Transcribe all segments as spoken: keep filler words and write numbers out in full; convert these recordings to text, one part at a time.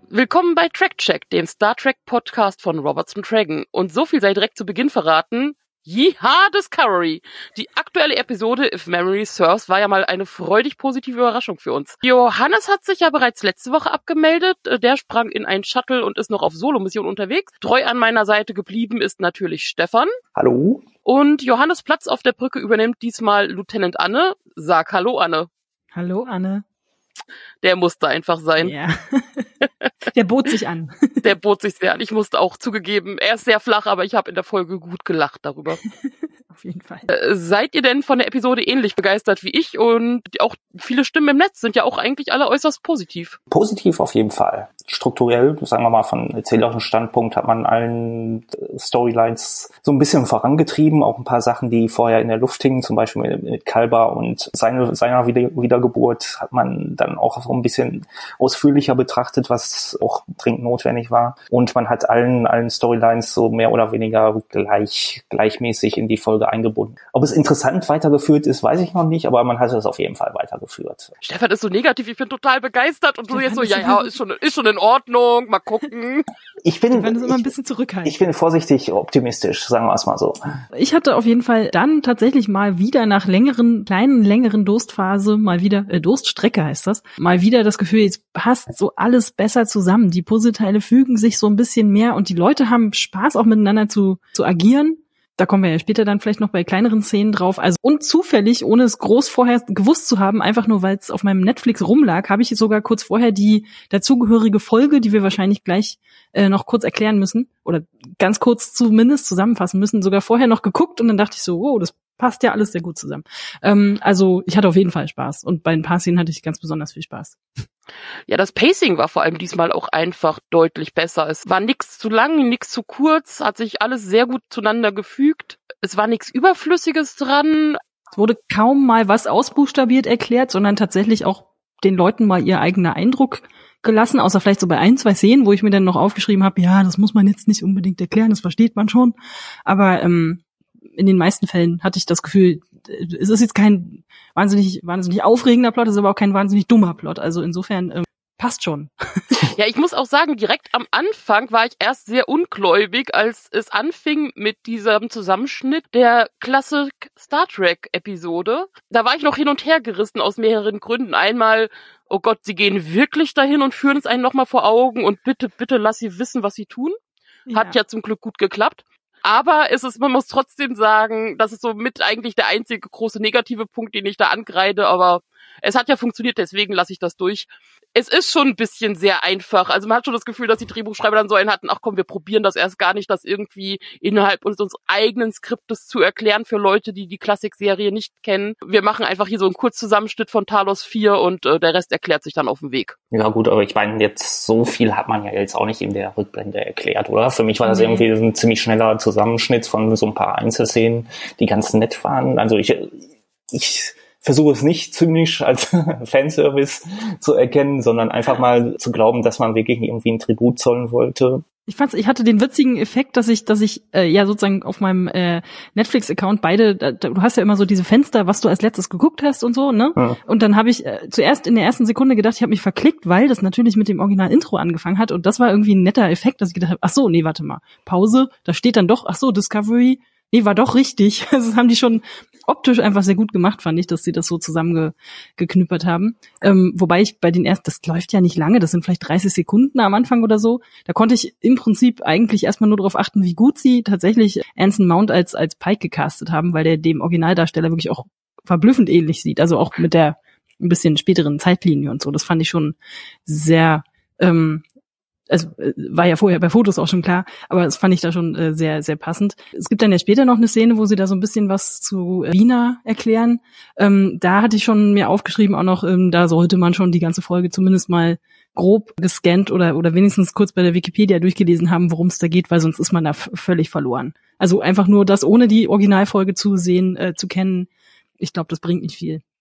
Willkommen bei Track Check, dem Star Trek Podcast von Roberts und Dragon. Und so viel sei direkt zu Beginn verraten. Yeehaw Discovery! Die aktuelle Episode If Memory Serves war ja mal eine freudig positive Überraschung für uns. Johannes hat sich ja bereits letzte Woche abgemeldet. Der sprang in ein Shuttle und ist noch auf Solo-Mission unterwegs. Treu an meiner Seite geblieben ist natürlich Stefan. Hallo. Und Johannes Platz auf der Brücke übernimmt diesmal Lieutenant Anne. Sag Hallo, Anne. Hallo, Anne. Der musste einfach sein. Ja. Der bot sich an. Der bot sich sehr an. Ich musste auch zugegeben, er ist sehr flach, aber ich habe in der Folge gut gelacht darüber. Auf jeden Fall. Äh, seid ihr denn von der Episode ähnlich begeistert wie ich? Und auch viele Stimmen im Netz sind ja auch eigentlich alle äußerst positiv. Positiv auf jeden Fall. Strukturell, sagen wir mal, von erzählerischen Standpunkt hat man allen Storylines so ein bisschen vorangetrieben. Auch ein paar Sachen, die vorher in der Luft hingen, zum Beispiel mit, mit Kalber und seine, seiner Wieder- Wiedergeburt, hat man dann auch so ein bisschen ausführlicher betrachtet, was auch dringend notwendig war. Und man hat allen, allen Storylines so mehr oder weniger gleich, gleichmäßig in die Folge eingebunden. Ob es interessant weitergeführt ist, weiß ich noch nicht, aber man hat es auf jeden Fall weitergeführt. Stefan ist so negativ, ich bin total begeistert und du jetzt so, ja, ja, ist schon, ist schon in Ordnung, mal gucken. Ich bin, ich, immer ein bisschen zurückhaltend. Ich bin vorsichtig optimistisch, sagen wir es mal so. Ich hatte auf jeden Fall dann tatsächlich mal wieder nach längeren, kleinen, längeren Durstphase, mal wieder, äh, Durststrecke heißt das, mal wieder das Gefühl, jetzt passt so alles besser zusammen. Die Puzzleteile fügen sich so ein bisschen mehr und die Leute haben Spaß auch miteinander zu, zu agieren. Da kommen wir ja später dann vielleicht noch bei kleineren Szenen drauf. Also und zufällig, ohne es groß vorher gewusst zu haben, einfach nur, weil es auf meinem Netflix rumlag, habe ich sogar kurz vorher die dazugehörige Folge, die wir wahrscheinlich gleich äh, noch kurz erklären müssen oder ganz kurz zumindest zusammenfassen müssen, sogar vorher noch geguckt und dann dachte ich so, wow, das passt ja alles sehr gut zusammen. Ähm, also ich hatte auf jeden Fall Spaß und bei ein paar Szenen hatte ich ganz besonders viel Spaß. Ja, das Pacing war vor allem diesmal auch einfach deutlich besser. Es war nix zu lang, nix zu kurz, hat sich alles sehr gut zueinander gefügt. Es war nichts Überflüssiges dran. Es wurde kaum mal was ausbuchstabiert erklärt, sondern tatsächlich auch den Leuten mal ihr eigener Eindruck gelassen, außer vielleicht so bei ein, zwei Szenen, wo ich mir dann noch aufgeschrieben habe, ja, das muss man jetzt nicht unbedingt erklären, das versteht man schon. Aber ähm, in den meisten Fällen hatte ich das Gefühl, es ist jetzt kein wahnsinnig wahnsinnig aufregender Plot, es ist aber auch kein wahnsinnig dummer Plot. Also insofern ähm, passt schon. Ja, ich muss auch sagen, direkt am Anfang war ich erst sehr ungläubig, als es anfing mit diesem Zusammenschnitt der Classic Star Trek Episode. Da war ich noch hin und her gerissen aus mehreren Gründen. Einmal, oh Gott, sie gehen wirklich dahin und führen es einen nochmal vor Augen und bitte, bitte lass sie wissen, was sie tun. Hat ja, ja zum Glück gut geklappt. Aber es ist, man muss trotzdem sagen, das ist so mit eigentlich der einzige große negative Punkt, den ich da angreide, aber es hat ja funktioniert, deswegen lasse ich das durch. Es ist schon ein bisschen sehr einfach. Also man hat schon das Gefühl, dass die Drehbuchschreiber dann so einen hatten, ach komm, wir probieren das erst gar nicht, das irgendwie innerhalb unseres eigenen Skriptes zu erklären für Leute, die die Klassik-Serie nicht kennen. Wir machen einfach hier so einen Kurzzusammenschnitt von Talos vier und äh, der Rest erklärt sich dann auf dem Weg. Ja gut, aber ich meine, jetzt so viel hat man ja jetzt auch nicht in der Rückblende erklärt, oder? Für mich war das irgendwie ein ziemlich schneller Zusammenschnitt von so ein paar Einzelszenen, die ganz nett waren. Also ich, ich versuche es nicht zynisch als Fanservice zu erkennen, sondern einfach mal zu glauben, dass man wirklich irgendwie ein Tribut zollen wollte. Ich fand's, ich hatte den witzigen Effekt, dass ich, dass ich äh, ja sozusagen auf meinem äh, Netflix-Account beide, da, du hast ja immer so diese Fenster, was du als letztes geguckt hast und so, ne? Ja. Und dann habe ich äh, zuerst in der ersten Sekunde gedacht, ich habe mich verklickt, weil das natürlich mit dem Original-Intro angefangen hat und das war irgendwie ein netter Effekt, dass ich gedacht habe, ach so, nee, warte mal, Pause, da steht dann doch, ach so, Discovery, nee, war doch richtig. Also das haben die schon optisch einfach sehr gut gemacht, fand ich, dass sie das so zusammengeknüppert haben. Ähm, wobei ich bei den ersten, das läuft ja nicht lange, das sind vielleicht dreißig Sekunden am Anfang oder so. Da konnte ich im Prinzip eigentlich erstmal nur darauf achten, wie gut sie tatsächlich Anson Mount als als Pike gecastet haben, weil der dem Originaldarsteller wirklich auch verblüffend ähnlich sieht. Also auch mit der ein bisschen späteren Zeitlinie und so. Das fand ich schon sehr ähm, also war ja vorher bei Fotos auch schon klar, aber das fand ich da schon äh, sehr, sehr passend. Es gibt dann ja später noch eine Szene, wo sie da so ein bisschen was zu Rina erklären. Ähm, da hatte ich schon mir aufgeschrieben, auch noch, ähm, da sollte man schon die ganze Folge zumindest mal grob gescannt oder oder wenigstens kurz bei der Wikipedia durchgelesen haben, worum es da geht, weil sonst ist man da f- völlig verloren. Also einfach nur das ohne die Originalfolge zu sehen, äh, zu kennen, ich glaube, das bringt nicht viel.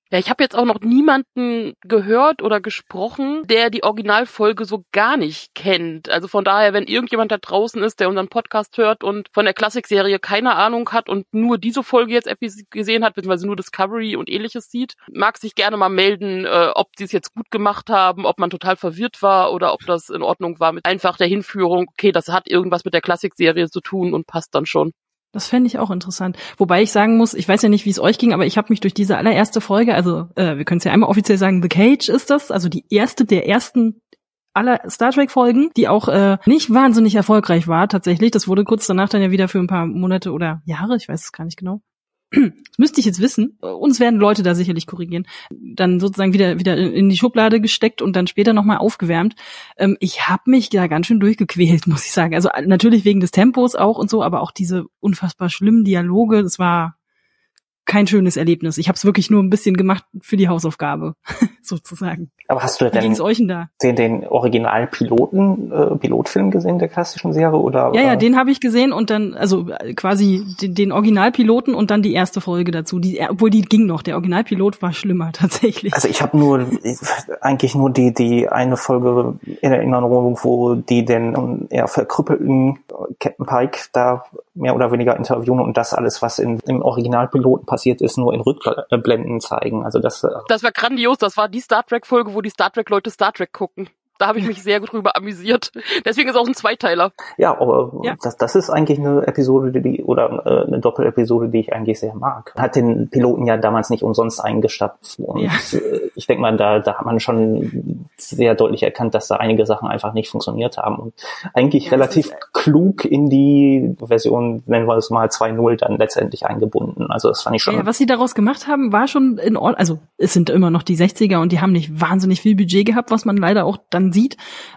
Ja, ich habe jetzt auch noch niemanden gehört oder gesprochen, der die Originalfolge so gar nicht kennt. Also von daher, wenn irgendjemand da draußen ist, der unseren Podcast hört und von der Klassikserie keine Ahnung hat und nur diese Folge jetzt gesehen hat, beziehungsweise nur Discovery und ähnliches sieht, mag sich gerne mal melden, äh, ob sie es jetzt gut gemacht haben, ob man total verwirrt war oder ob das in Ordnung war mit einfach der Hinführung, okay, das hat irgendwas mit der Klassikserie zu tun und passt dann schon. Das fände ich auch interessant. Wobei ich sagen muss, ich weiß ja nicht, wie es euch ging, aber ich habe mich durch diese allererste Folge, also äh, wir können es ja einmal offiziell sagen, The Cage ist das, also die erste der ersten aller Star Trek-Folgen, die auch äh, nicht wahnsinnig erfolgreich war tatsächlich. Das wurde kurz danach dann ja wieder für ein paar Monate oder Jahre, ich weiß es gar nicht genau. Das müsste ich jetzt wissen. Uns werden Leute da sicherlich korrigieren. Dann sozusagen wieder wieder in die Schublade gesteckt und dann später nochmal aufgewärmt. Ähm, ich habe mich da ganz schön durchgequält, muss ich sagen. Also natürlich wegen des Tempos auch und so, aber auch diese unfassbar schlimmen Dialoge, das war kein schönes Erlebnis. Ich habe es wirklich nur ein bisschen gemacht für die Hausaufgabe, sozusagen. Aber hast du denn Wie euch denn da? den, den originalen Piloten, äh, Pilotfilm gesehen der klassischen Serie oder? Ja, ja, äh? den habe ich gesehen und dann, also quasi den, den Originalpiloten und dann die erste Folge dazu. Die, obwohl die ging noch. Der Originalpilot war schlimmer tatsächlich. Also ich habe nur eigentlich nur die die eine Folge in Erinnerung, wo die den eher verkrüppelten Captain Pike da mehr oder weniger interviewen und das alles, was in, im Originalpiloten passiert ist, nur in Rückblenden zeigen. Also das. Das war grandios. Das war die Star Trek Folge, wo die Star Trek Leute Star Trek gucken. Da habe ich mich sehr gut drüber amüsiert. Deswegen ist es auch ein Zweiteiler. Ja, aber ja. Das, das ist eigentlich eine Episode, die oder äh, eine Doppelepisode, die ich eigentlich sehr mag. Hat den Piloten ja damals nicht umsonst eingestattet. Und ja. äh, ich denke mal, da, da hat man schon sehr deutlich erkannt, dass da einige Sachen einfach nicht funktioniert haben. Und eigentlich ja, relativ ist, klug in die Version, nennen wir es mal zwei null, dann letztendlich eingebunden. Also das fand ich schon. Ja, was sie daraus gemacht haben, war schon in Ordnung. Also es sind immer noch die sechziger und die haben nicht wahnsinnig viel Budget gehabt, was man leider auch dann sieht.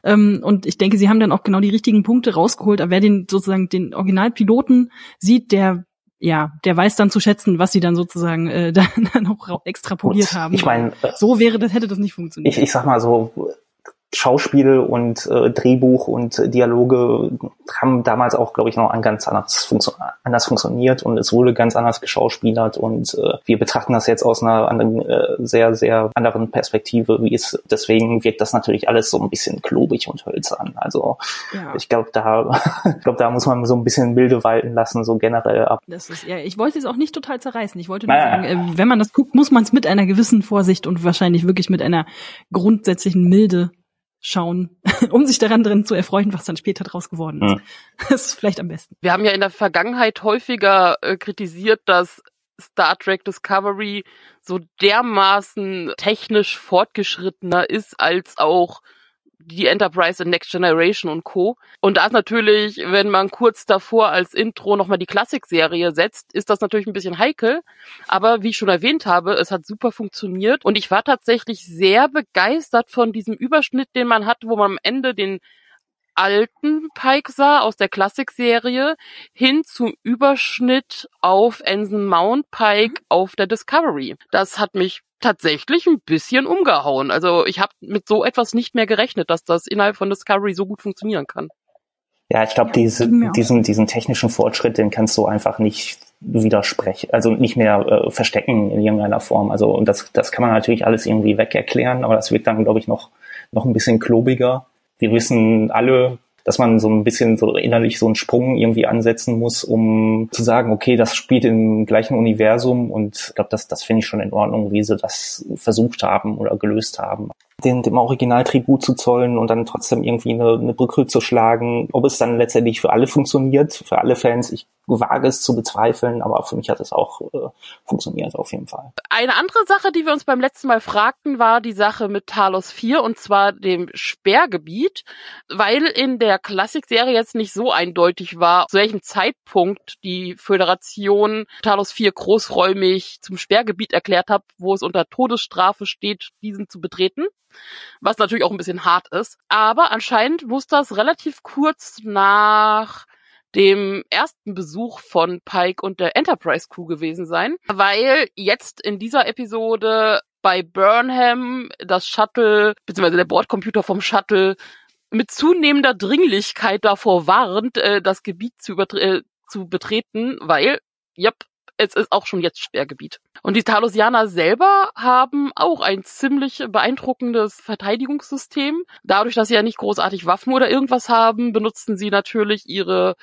Und ich denke, sie haben dann auch genau die richtigen Punkte rausgeholt. Aber wer den sozusagen den Originalpiloten sieht, der ja, der weiß dann zu schätzen, was sie dann sozusagen äh, dann auch extrapoliert Gut, haben. Ich meine, so wäre das, hätte das nicht funktioniert. Ich, ich sag mal so, Schauspiel und äh, Drehbuch und äh, Dialoge haben damals auch, glaube ich, noch ganz anders, funktio- anders funktioniert und es wurde ganz anders geschauspielert und äh, wir betrachten das jetzt aus einer anderen, äh, sehr, sehr anderen Perspektive, wie es, deswegen wirkt das natürlich alles so ein bisschen klobig und hölzern. Also ja. ich glaube, da, ich glaube, da muss man so ein bisschen Milde walten lassen, so generell ab. Das ist, ja, ich wollte es auch nicht total zerreißen. Ich wollte nur naja. sagen, äh, wenn man das guckt, muss man es mit einer gewissen Vorsicht und wahrscheinlich wirklich mit einer grundsätzlichen Milde schauen, um sich daran drin zu erfreuen, was dann später draus geworden ist. Hm. Das ist vielleicht am besten. Wir haben ja in der Vergangenheit häufiger äh, kritisiert, dass Star Trek Discovery so dermaßen technisch fortgeschrittener ist als auch die Enterprise in Next Generation und Co. Und da ist natürlich, wenn man kurz davor als Intro nochmal die Klassikserie setzt, ist das natürlich ein bisschen heikel. Aber wie ich schon erwähnt habe, es hat super funktioniert. Und ich war tatsächlich sehr begeistert von diesem Überschnitt, den man hat, wo man am Ende den alten Pike sah aus der Klassikserie hin zum Überschnitt auf Ensign Mount Pike mhm. auf der Discovery. Das hat mich tatsächlich ein bisschen umgehauen. Also ich habe mit so etwas nicht mehr gerechnet, dass das innerhalb von Discovery so gut funktionieren kann. Ja, ich glaube, ja, diese, diesen, diesen technischen Fortschritt, den kannst du einfach nicht widersprechen, also nicht mehr äh, verstecken in irgendeiner Form. Also und das, das kann man natürlich alles irgendwie weg erklären, aber das wird dann, glaube ich, noch noch ein bisschen klobiger. Wir wissen alle, dass man so ein bisschen so innerlich so einen Sprung irgendwie ansetzen muss, um zu sagen, okay, das spielt im gleichen Universum und ich glaube, das, das finde ich schon in Ordnung, wie sie das versucht haben oder gelöst haben. Den, dem Original Tribut zu zollen und dann trotzdem irgendwie eine, eine Brücke zu schlagen. Ob es dann letztendlich für alle funktioniert, für alle Fans, ich wage es zu bezweifeln, aber für mich hat es auch äh, funktioniert auf jeden Fall. Eine andere Sache, die wir uns beim letzten Mal fragten, war die Sache mit Talos vier und zwar dem Sperrgebiet, weil in der Klassikserie jetzt nicht so eindeutig war, zu welchem Zeitpunkt die Föderation Talos vier großräumig zum Sperrgebiet erklärt hat, wo es unter Todesstrafe steht, diesen zu betreten. Was natürlich auch ein bisschen hart ist. Aber anscheinend muss das relativ kurz nach dem ersten Besuch von Pike und der Enterprise Crew gewesen sein, weil jetzt in dieser Episode bei Burnham das Shuttle, beziehungsweise der Bordcomputer vom Shuttle mit zunehmender Dringlichkeit davor warnt, das Gebiet zu, übertre- äh, zu betreten, weil, yep, es ist auch schon jetzt Sperrgebiet. Und die Talosianer selber haben auch ein ziemlich beeindruckendes Verteidigungssystem. Dadurch, dass sie ja nicht großartig Waffen oder irgendwas haben, benutzen sie natürlich ihre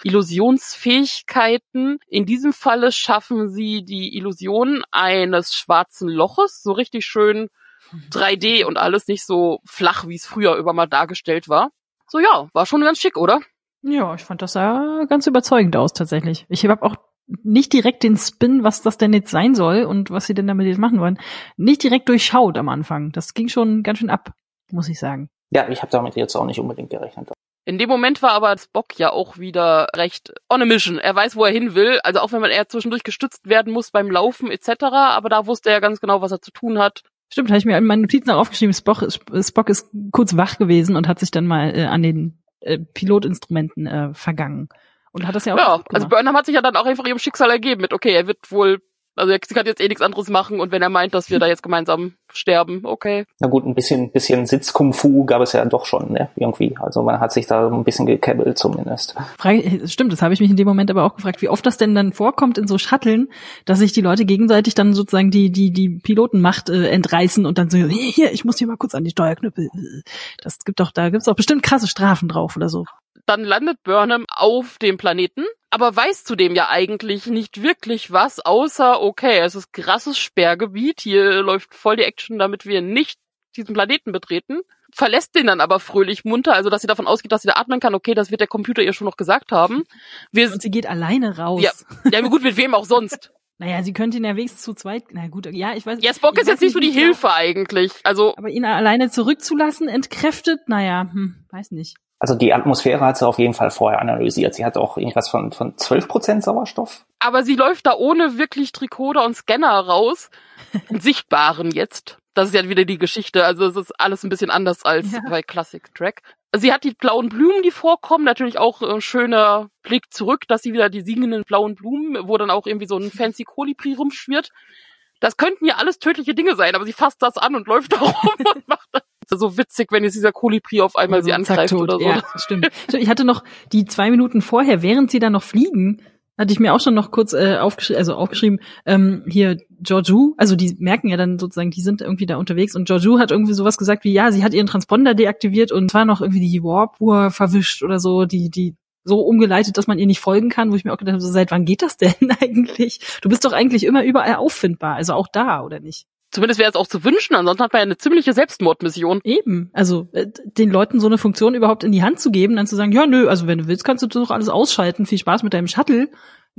Illusionsfähigkeiten. In diesem Falle schaffen sie die Illusion eines schwarzen Loches, so richtig schön drei D und alles, nicht so flach, wie es früher immer mal dargestellt war. So ja, war schon ganz schick, oder? Ja, ich fand das sah ganz überzeugend aus tatsächlich. Ich habe auch nicht direkt den Spin, was das denn jetzt sein soll und was sie denn damit jetzt machen wollen, nicht direkt durchschaut am Anfang. Das ging schon ganz schön ab, muss ich sagen. Ja, ich habe damit jetzt auch nicht unbedingt gerechnet. In dem Moment war aber Spock ja auch wieder recht on a mission. Er weiß, wo er hin will. Also auch wenn man eher zwischendurch gestützt werden muss beim Laufen et cetera. Aber da wusste er ganz genau, was er zu tun hat. Stimmt, habe ich mir in meinen Notizen auch aufgeschrieben. Spock, Spock ist kurz wach gewesen und hat sich dann mal äh, an den äh, Pilotinstrumenten äh, vergangen. Und hat das ja auch Ja, also Burnham hat sich ja dann auch einfach ihrem Schicksal ergeben mit, okay, er wird wohl, also er kann jetzt eh nichts anderes machen und wenn er meint, dass wir da jetzt gemeinsam sterben, okay. Na gut, ein bisschen, bisschen Sitzkung-Fu gab es ja doch schon, ne, irgendwie. Also man hat sich da ein bisschen gekäbbelt zumindest. Frage, stimmt, das habe ich mich in dem Moment aber auch gefragt, wie oft das denn dann vorkommt in so Shuttlen, dass sich die Leute gegenseitig dann sozusagen die die die Pilotenmacht äh, entreißen und dann so, hier, hier, ich muss hier mal kurz an die Steuerknüppel. Das gibt doch, da gibt's auch bestimmt krasse Strafen drauf oder so. Dann landet Burnham auf dem Planeten, aber weiß zudem ja eigentlich nicht wirklich was, außer, okay, es ist krasses Sperrgebiet, hier läuft voll die Action, damit wir nicht diesen Planeten betreten, verlässt den dann aber fröhlich munter, also dass sie davon ausgeht, dass sie da atmen kann, okay, das wird der Computer ihr schon noch gesagt haben. Wir, und sie geht alleine raus. Ja, ja gut, mit wem auch sonst. Naja, sie könnte ihn ja wenigstens zu zweit, na gut, ja, ich weiß. Ja, Spock ist jetzt nicht so die Hilfe eigentlich, also. Aber ihn alleine zurückzulassen, entkräftet, naja, hm, weiß nicht. Also die Atmosphäre hat sie auf jeden Fall vorher analysiert. Sie hat auch irgendwas von von zwölf Prozent Sauerstoff. Aber sie läuft da ohne wirklich Tricorder und Scanner raus. Einen sichtbaren jetzt. Das ist ja wieder die Geschichte. Also es ist alles ein bisschen anders als ja. bei Classic Trek. Sie hat die blauen Blumen, die vorkommen. Natürlich auch ein schöner Blick zurück, dass sie wieder die singenden blauen Blumen, wo dann auch irgendwie so ein fancy Kolibri rumschwirrt. Das könnten ja alles tödliche Dinge sein, aber sie fasst das an und läuft da rum und macht das. So witzig, wenn jetzt dieser Kolibri auf einmal also sie angreift oder so. Ja, stimmt. Ich hatte noch die zwei Minuten vorher, während sie da noch fliegen, hatte ich mir auch schon noch kurz äh, aufgeschrieben, also aufgeschrieben, ähm, hier Georgiou, also die merken ja dann sozusagen, die sind irgendwie da unterwegs und Georgiou hat irgendwie sowas gesagt wie, ja, sie hat ihren Transponder deaktiviert und war noch irgendwie die Warp-Uhr verwischt oder so, die die so umgeleitet, dass man ihr nicht folgen kann, wo ich mir auch gedacht habe, so, seit wann geht das denn eigentlich? Du bist doch eigentlich immer überall auffindbar, also auch da, oder nicht? Zumindest wäre es auch zu wünschen, ansonsten hat man ja eine ziemliche Selbstmordmission. Eben, also äh, den Leuten so eine Funktion überhaupt in die Hand zu geben, dann zu sagen, ja nö, also wenn du willst, kannst du doch alles ausschalten, viel Spaß mit deinem Shuttle.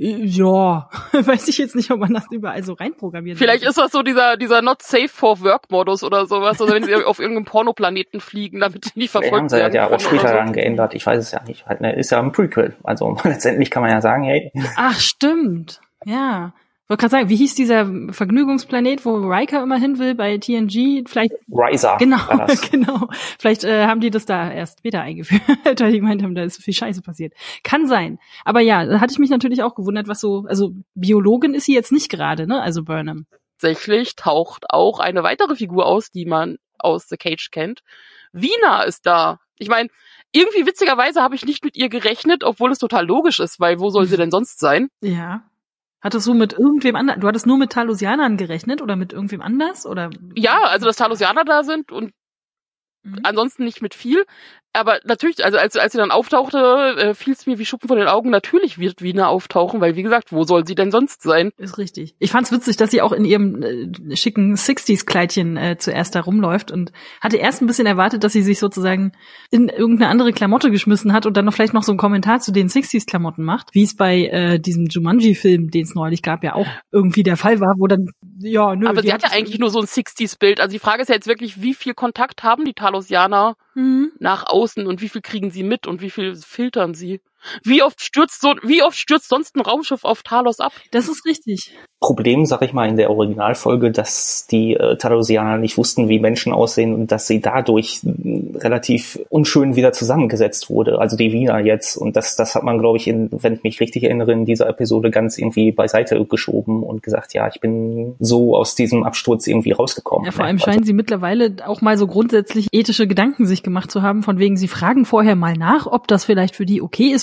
Ja, weiß ich jetzt nicht, ob man das überall so reinprogrammiert. Vielleicht ist das so dieser dieser Not Safe for Work Modus oder sowas, oder wenn sie auf irgendeinem Pornoplaneten fliegen, damit die nicht verfolgt werden. Haben sie werden. Ja auch später so. Dann geändert, ich weiß es ja nicht. Ist ja ein Prequel, also letztendlich kann man ja sagen, hey. Ach, stimmt, ja. Ich wollte gerade sagen, wie hieß dieser Vergnügungsplanet, wo Riker immer hin will bei T N G? Vielleicht Riser. Genau, genau. Vielleicht äh, haben die das da erst später eingeführt, weil die gemeint haben, da ist so viel Scheiße passiert. Kann sein. Aber ja, da hatte ich mich natürlich auch gewundert, was so, also Biologin ist sie jetzt nicht gerade, ne? Also Burnham. Tatsächlich taucht auch eine weitere Figur aus, die man aus The Cage kennt. Vina ist da. Ich meine, irgendwie witzigerweise habe ich nicht mit ihr gerechnet, obwohl es total logisch ist, weil wo soll sie denn sonst sein? Ja. Hattest du mit irgendwem anders, du hattest nur mit Talosianern gerechnet oder mit irgendwem anders? Oder? Ja, also dass Talosianer da sind und mhm. ansonsten nicht mit viel. Aber natürlich, also als, als sie dann auftauchte, äh, fiel es mir wie Schuppen von den Augen. Natürlich wird Vina auftauchen, weil wie gesagt, wo soll sie denn sonst sein? Ist richtig. Ich fand's witzig, dass sie auch in ihrem äh, schicken Sixties-Kleidchen äh, zuerst da rumläuft und hatte erst ein bisschen erwartet, dass sie sich sozusagen in irgendeine andere Klamotte geschmissen hat und dann noch vielleicht noch so einen Kommentar zu den Sixties-Klamotten macht, wie es bei äh, diesem Jumanji-Film, den es neulich gab, ja auch irgendwie der Fall war, wo dann, ja, nö. Aber sie hat ja eigentlich nur so ein Sixties-Bild. Also die Frage ist ja jetzt wirklich, wie viel Kontakt haben die Talosianer mhm. nach außen und wie viel kriegen sie mit und wie viel filtern sie? Wie oft stürzt so, wie oft stürzt sonst ein Raumschiff auf Talos ab? Das ist richtig. Problem, sag ich mal, in der Originalfolge, dass die äh, Talosianer nicht wussten, wie Menschen aussehen und dass sie dadurch äh, relativ unschön wieder zusammengesetzt wurde. Also die Vina jetzt. Und das, das hat man, glaube ich, in, wenn ich mich richtig erinnere, in dieser Episode ganz irgendwie beiseite geschoben und gesagt, ja, ich bin so aus diesem Absturz irgendwie rausgekommen. Ja, vor allem scheinen sie mittlerweile auch mal so grundsätzlich ethische Gedanken sich gemacht zu haben, von wegen, sie fragen vorher mal nach, ob das vielleicht für die okay ist,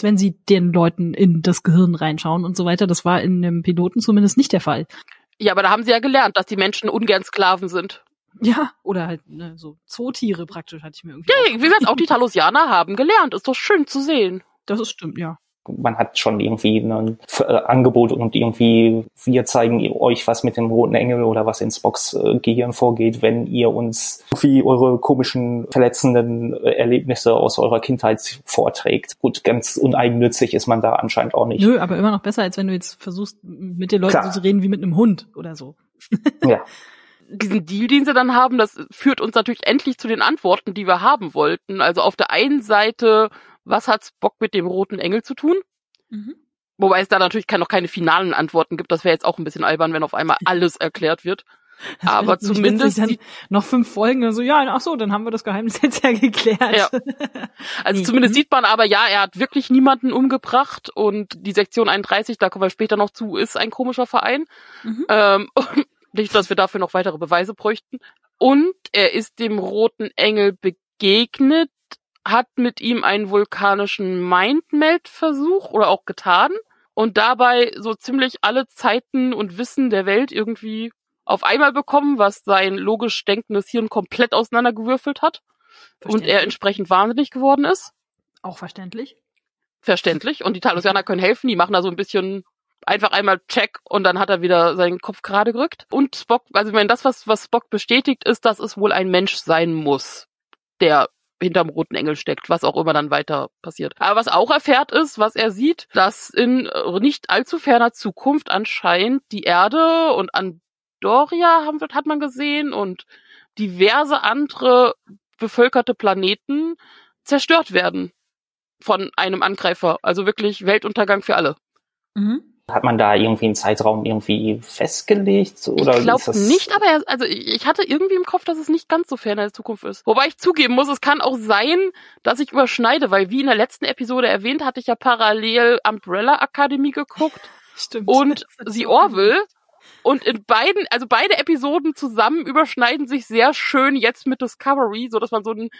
wenn sie den Leuten in das Gehirn reinschauen und so weiter. Das war in dem Piloten zumindest nicht der Fall. Ja, aber da haben sie ja gelernt, dass die Menschen ungern Sklaven sind. Ja, oder halt ne, so Zootiere praktisch, hatte ich mir irgendwie. Ja, wie gesagt, auch die Talosianer haben gelernt. Ist doch schön zu sehen. Das ist stimmt, ja. Man hat schon irgendwie ein Angebot und irgendwie, wir zeigen euch, was mit dem roten Engel oder was in Spocks äh, Gehirn vorgeht, wenn ihr uns irgendwie eure komischen, verletzenden Erlebnisse aus eurer Kindheit vorträgt. Gut, ganz uneigennützig ist man da anscheinend auch nicht. Nö, aber immer noch besser, als wenn du jetzt versuchst, mit den Leuten Klar. so zu reden wie mit einem Hund oder so. Ja. Diesen Deal, den sie dann haben, das führt uns natürlich endlich zu den Antworten, die wir haben wollten. Also auf der einen Seite, was hat Spock mit dem roten Engel zu tun? Mhm. Wobei es da natürlich noch keine finalen Antworten gibt. Das wäre jetzt auch ein bisschen albern, wenn auf einmal alles erklärt wird. Das Aber zumindest dann noch fünf Folgen und so, ja, ach so, dann haben wir das Geheimnis jetzt ja geklärt. Ja. Also zumindest sieht man aber, ja, er hat wirklich niemanden umgebracht und die Sektion einunddreißig, da kommen wir später noch zu, ist ein komischer Verein. Mhm. Ähm, nicht, dass wir dafür noch weitere Beweise bräuchten. Und er ist dem roten Engel begegnet, hat mit ihm einen vulkanischen Mindmeld-Versuch oder auch getan und dabei so ziemlich alle Zeiten und Wissen der Welt irgendwie auf einmal bekommen, was sein logisch denkendes Hirn komplett auseinandergewürfelt hat und er entsprechend wahnsinnig geworden ist. Auch verständlich. Verständlich. Und die Talosianer können helfen, die machen da so ein bisschen einfach einmal Check und dann hat er wieder seinen Kopf gerade gerückt. Und Spock, also ich meine, das, was, was Spock bestätigt, ist, dass es wohl ein Mensch sein muss, der hinterm roten Engel steckt, was auch immer dann weiter passiert. Aber was auch erfährt ist, was er sieht, dass in nicht allzu ferner Zukunft anscheinend die Erde und Andoria haben, hat man gesehen und diverse andere bevölkerte Planeten zerstört werden von einem Angreifer. Also wirklich Weltuntergang für alle. Mhm. Hat man da irgendwie einen Zeitraum irgendwie festgelegt? Oder ich glaube nicht, aber er, also ich hatte irgendwie im Kopf, dass es nicht ganz so fern in der Zukunft ist. Wobei ich zugeben muss, es kann auch sein, dass ich überschneide, weil wie in der letzten Episode erwähnt, hatte ich ja parallel Umbrella Academy geguckt. Stimmt. Und The Orville. Und in beiden, also beide Episoden zusammen überschneiden sich sehr schön jetzt mit Discovery, so dass man so einen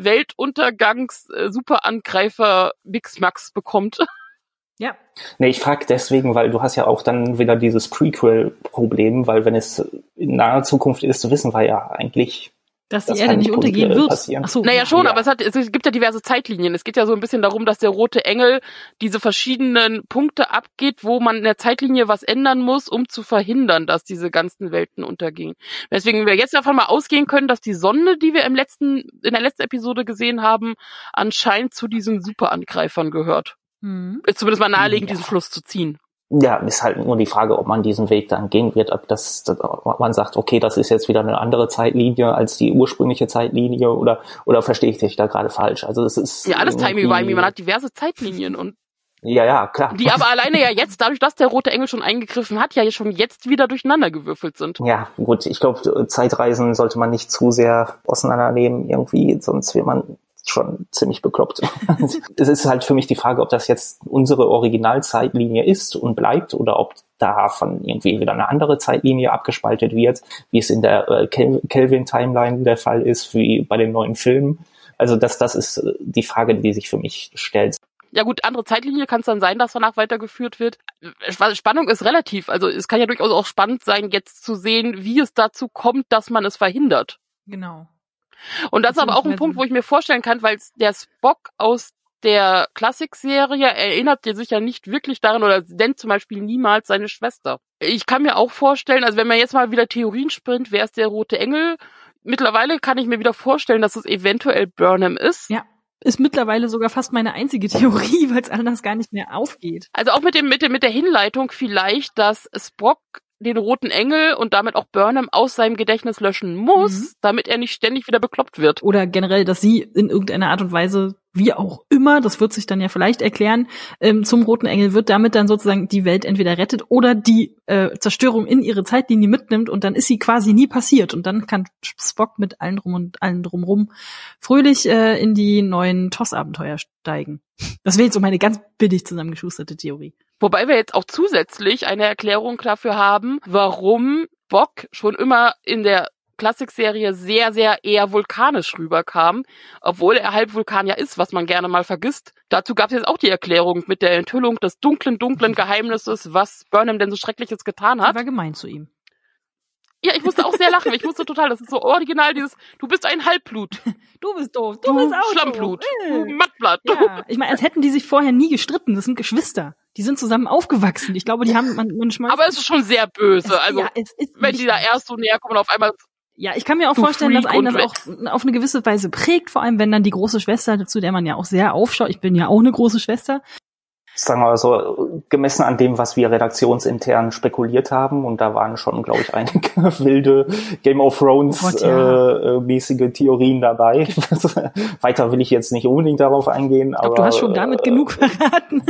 Weltuntergangs-Superangreifer-Mixmax bekommt. Ja. Nee, ich frage deswegen, weil du hast ja auch dann wieder dieses Prequel-Problem, weil wenn es in naher Zukunft ist, wissen wir ja eigentlich, dass die Erde nicht untergehen wird. Passieren. Ach so, naja, ja. schon, ja. aber es, hat, es gibt ja diverse Zeitlinien. Es geht ja so ein bisschen darum, dass der rote Engel diese verschiedenen Punkte abgeht, wo man in der Zeitlinie was ändern muss, um zu verhindern, dass diese ganzen Welten untergehen. Deswegen wir jetzt davon mal ausgehen können, dass die Sonde, die wir im letzten, in der letzten Episode gesehen haben, anscheinend zu diesen Superangreifern gehört. Mhm. Ist zumindest mal naheliegend, ja. diesen Schluss zu ziehen. Ja, ist halt nur die Frage, ob man diesen Weg dann gehen wird, ob das, ob man sagt, okay, das ist jetzt wieder eine andere Zeitlinie als die ursprüngliche Zeitlinie oder, oder verstehe ich dich da gerade falsch? Also es ist. Ja, alles timey-wimey, man hat diverse Zeitlinien und. Ja, ja, klar. Die aber alleine ja jetzt, dadurch, dass der rote Engel schon eingegriffen hat, ja schon jetzt wieder durcheinandergewürfelt sind. Ja, gut, ich glaube, Zeitreisen sollte man nicht zu sehr auseinandernehmen irgendwie, sonst wird man schon ziemlich bekloppt. Es ist halt für mich die Frage, ob das jetzt unsere Originalzeitlinie ist und bleibt oder ob davon irgendwie wieder eine andere Zeitlinie abgespaltet wird, wie es in der äh, Kelvin-Timeline der Fall ist, wie bei den neuen Filmen. Also das, das ist die Frage, die sich für mich stellt. Ja gut, andere Zeitlinie kann es dann sein, dass danach weitergeführt wird. Spannung ist relativ. Also es kann ja durchaus auch spannend sein, jetzt zu sehen, wie es dazu kommt, dass man es verhindert. Genau. Und das ist aber auch ein Punkt, wo ich mir vorstellen kann, weil der Spock aus der Klassikserie erinnert sich ja nicht wirklich daran oder nennt zum Beispiel niemals seine Schwester. Ich kann mir auch vorstellen, also wenn man jetzt mal wieder Theorien spinnt, wer ist der rote Engel? Mittlerweile kann ich mir wieder vorstellen, dass es eventuell Burnham ist. Ja. Ist mittlerweile sogar fast meine einzige Theorie, weil es anders gar nicht mehr aufgeht. Also auch mit dem, mit dem, mit der Hinleitung vielleicht, dass Spock den roten Engel und damit auch Burnham aus seinem Gedächtnis löschen muss, mhm. damit er nicht ständig wieder bekloppt wird. Oder generell, dass sie in irgendeiner Art und Weise, wie auch immer, das wird sich dann ja vielleicht erklären, ähm, zum roten Engel wird, damit dann sozusagen die Welt entweder rettet oder die äh, Zerstörung in ihre Zeitlinie mitnimmt und dann ist sie quasi nie passiert und dann kann Spock mit allen drum und allen drumrum fröhlich äh, in die neuen T O S-Abenteuer steigen. Das wäre jetzt so meine ganz billig zusammengeschusterte Theorie. Wobei wir jetzt auch zusätzlich eine Erklärung dafür haben, warum Spock schon immer in der Klassikserie sehr, sehr eher vulkanisch rüberkam, obwohl er halb Vulkanier ist, was man gerne mal vergisst. Dazu gab es jetzt auch die Erklärung mit der Enthüllung des dunklen, dunklen Geheimnisses, was Burnham denn so Schreckliches getan hat. Die war gemein zu ihm. Ja, ich musste auch sehr lachen. Ich musste total, das ist so original dieses, du bist ein Halbblut. Du bist doof. Du, Du bist auch Schlammblut. doof. Du Mattblatt. Ja, ich meine, als hätten die sich vorher nie gestritten. Das sind Geschwister. Die sind zusammen aufgewachsen. Ich glaube, die haben, man, man schmeißt. Aber es ist schon sehr böse. Es, Also, ja, es ist wenn nicht die da erst so näher kommen und auf einmal. Ja, ich kann mir auch Du vorstellen, dass Freak einen das und auch auf eine gewisse Weise prägt, vor allem wenn dann die große Schwester, zu der man ja auch sehr aufschaut, ich bin ja auch eine große Schwester. Sagen wir mal so, gemessen an dem, was wir redaktionsintern spekuliert haben, und da waren schon, glaube ich, einige wilde Game of Thrones oh Gott, ja. äh, mäßige Theorien dabei. Weiter will ich jetzt nicht unbedingt darauf eingehen. Ich glaube, du hast schon damit äh, genug verraten.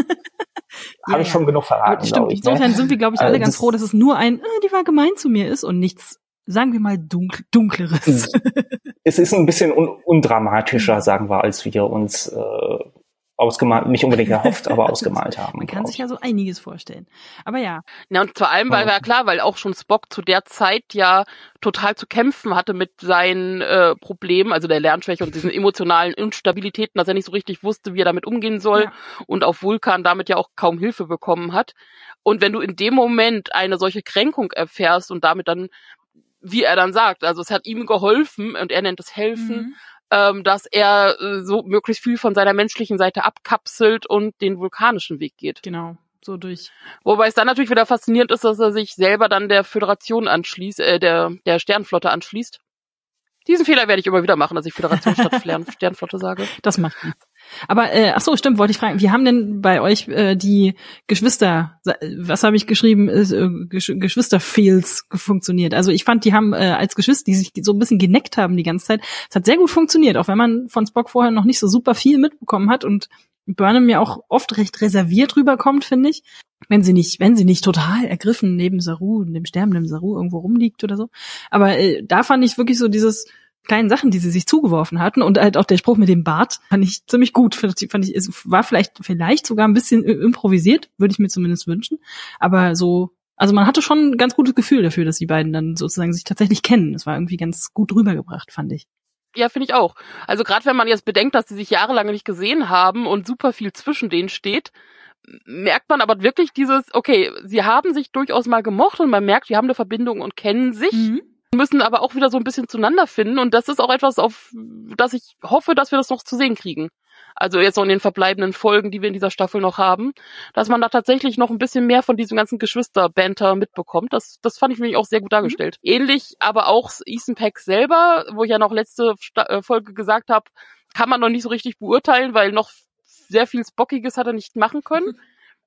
Habe ja, ich schon genug verraten, stimmt, ich, insofern ne? sind wir, glaube ich, alle also ganz froh, dass es nur ein, äh, die war gemein zu mir ist und nichts, sagen wir mal, dunkl- dunkleres. Es ist ein bisschen un- undramatischer, sagen wir, als wir uns äh, ausgemalt, nicht unbedingt erhofft, aber ausgemalt haben. Man kann sich ja so einiges vorstellen. Aber ja. Ja, und vor allem, weil war ja klar, weil auch schon Spock zu der Zeit ja total zu kämpfen hatte mit seinen äh, Problemen, also der Lernschwäche und diesen emotionalen Instabilitäten, dass er nicht so richtig wusste, wie er damit umgehen soll ja. und auf Vulkan damit ja auch kaum Hilfe bekommen hat. Und wenn du in dem Moment eine solche Kränkung erfährst und damit dann, wie er dann sagt, also es hat ihm geholfen und er nennt es helfen, mhm. ähm, dass er äh, so möglichst viel von seiner menschlichen Seite abkapselt und den vulkanischen Weg geht. Genau, so durch. Wobei es dann natürlich wieder faszinierend ist, dass er sich selber dann der Föderation anschließt, äh, der der Sternflotte anschließt. Diesen Fehler werde ich immer wieder machen, dass ich Föderation statt Sternflotte sage. Das macht nichts. Aber, äh, ach so, stimmt, wollte ich fragen, wie haben denn bei euch äh, die Geschwister, was habe ich geschrieben, äh, Gesch- Geschwister-Feels funktioniert? Also ich fand, die haben äh, als Geschwister, die sich so ein bisschen geneckt haben die ganze Zeit, es hat sehr gut funktioniert, auch wenn man von Spock vorher noch nicht so super viel mitbekommen hat und Burnham ja auch oft recht reserviert rüberkommt, finde ich. Wenn sie nicht, wenn sie nicht total ergriffen neben Saru, dem sterbenden Saru irgendwo rumliegt oder so. Aber äh, da fand ich wirklich so dieses kleinen Sachen, die sie sich zugeworfen hatten und halt auch der Spruch mit dem Bart fand ich ziemlich gut. Fand ich, fand ich es war vielleicht vielleicht sogar ein bisschen improvisiert, würde ich mir zumindest wünschen. Aber so, also man hatte schon ein ganz gutes Gefühl dafür, dass die beiden dann sozusagen sich tatsächlich kennen. Das war irgendwie ganz gut rübergebracht, fand ich. Ja, finde ich auch. Also gerade wenn man jetzt bedenkt, dass sie sich jahrelang nicht gesehen haben und super viel zwischen denen steht, merkt man aber wirklich dieses, okay, sie haben sich durchaus mal gemocht und man merkt, die haben eine Verbindung und kennen sich, mhm. müssen aber auch wieder so ein bisschen zueinander finden und das ist auch etwas, auf das ich hoffe, dass wir das noch zu sehen kriegen. Also jetzt so in den verbleibenden Folgen, die wir in dieser Staffel noch haben, dass man da tatsächlich noch ein bisschen mehr von diesem ganzen Geschwister-Banter mitbekommt. Das, das fand ich nämlich auch sehr gut dargestellt. Mhm. Ähnlich aber auch Ethan Peck selber, wo ich ja noch letzte Sta- Folge gesagt habe, kann man noch nicht so richtig beurteilen, weil noch sehr viel Spockiges hat er nicht machen können. Mhm.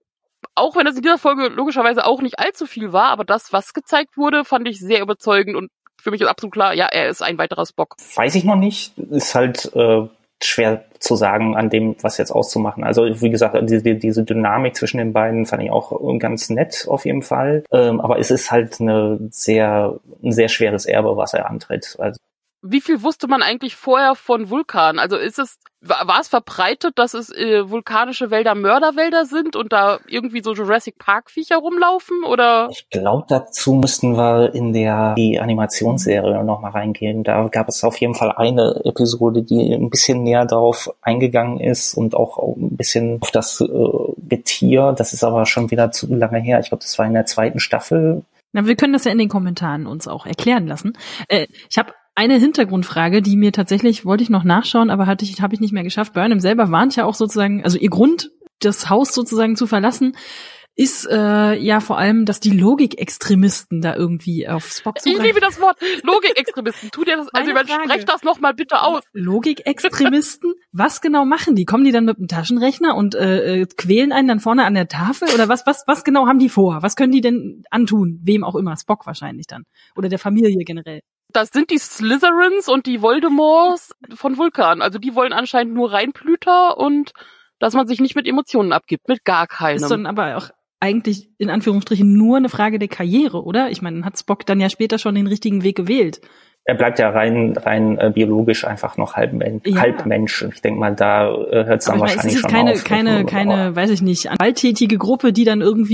Auch wenn das in dieser Folge logischerweise auch nicht allzu viel war, aber das, was gezeigt wurde, fand ich sehr überzeugend und für mich ist absolut klar, ja, er ist ein weiterer Spock. Weiß ich noch nicht. Ist halt äh, schwer zu sagen, an dem, was jetzt auszumachen. Also wie gesagt, diese, diese Dynamik zwischen den beiden fand ich auch ganz nett auf jeden Fall. Ähm, aber es ist halt eine sehr, ein sehr schweres Erbe, was er antritt. Also wie viel wusste man eigentlich vorher von Vulkan? Also ist es, war es verbreitet, dass es äh, vulkanische Wälder Mörderwälder sind und da irgendwie so Jurassic Park Viecher rumlaufen oder? Ich glaube, dazu müssten wir in der die Animationsserie noch mal reingehen. Da gab es auf jeden Fall eine Episode, die ein bisschen näher darauf eingegangen ist und auch ein bisschen auf das äh, Getier. Das ist aber schon wieder zu lange her. Ich glaube, das war in der zweiten Staffel. Na, wir können das ja in den Kommentaren uns auch erklären lassen. Äh, ich habe eine Hintergrundfrage, die mir tatsächlich, wollte ich noch nachschauen, aber hatte ich, habe ich nicht mehr geschafft. Burnham selber warnt ja auch sozusagen, also ihr Grund, das Haus sozusagen zu verlassen, ist äh, ja vor allem, dass die Logikextremisten da irgendwie auf Spock zugreifen. Ich liebe das Wort Logikextremisten. Tu dir das, also sprech das noch mal bitte aus. Logikextremisten? Was genau machen die? Kommen die dann mit dem Taschenrechner und äh, quälen einen dann vorne an der Tafel? Oder was, was, was genau haben die vor? Was können die denn antun? Wem auch immer. Spock wahrscheinlich dann. Oder der Familie generell. Das sind die Slytherins und die Voldemorts von Vulkan. Also die wollen anscheinend nur Reinblüter und dass man sich nicht mit Emotionen abgibt, mit gar keinem. Ist dann aber auch eigentlich in Anführungsstrichen nur eine Frage der Karriere, oder? Ich meine, hat Spock dann ja später schon den richtigen Weg gewählt. Er bleibt ja rein rein äh, biologisch einfach noch halb, ja. halb Mensch. Ich denke mal, da äh, hört es dann aber wahrscheinlich meine, es ist schon keine, auf. Keine, keine, keine, weiß ich nicht, gewalttätige Gruppe, die dann irgendwie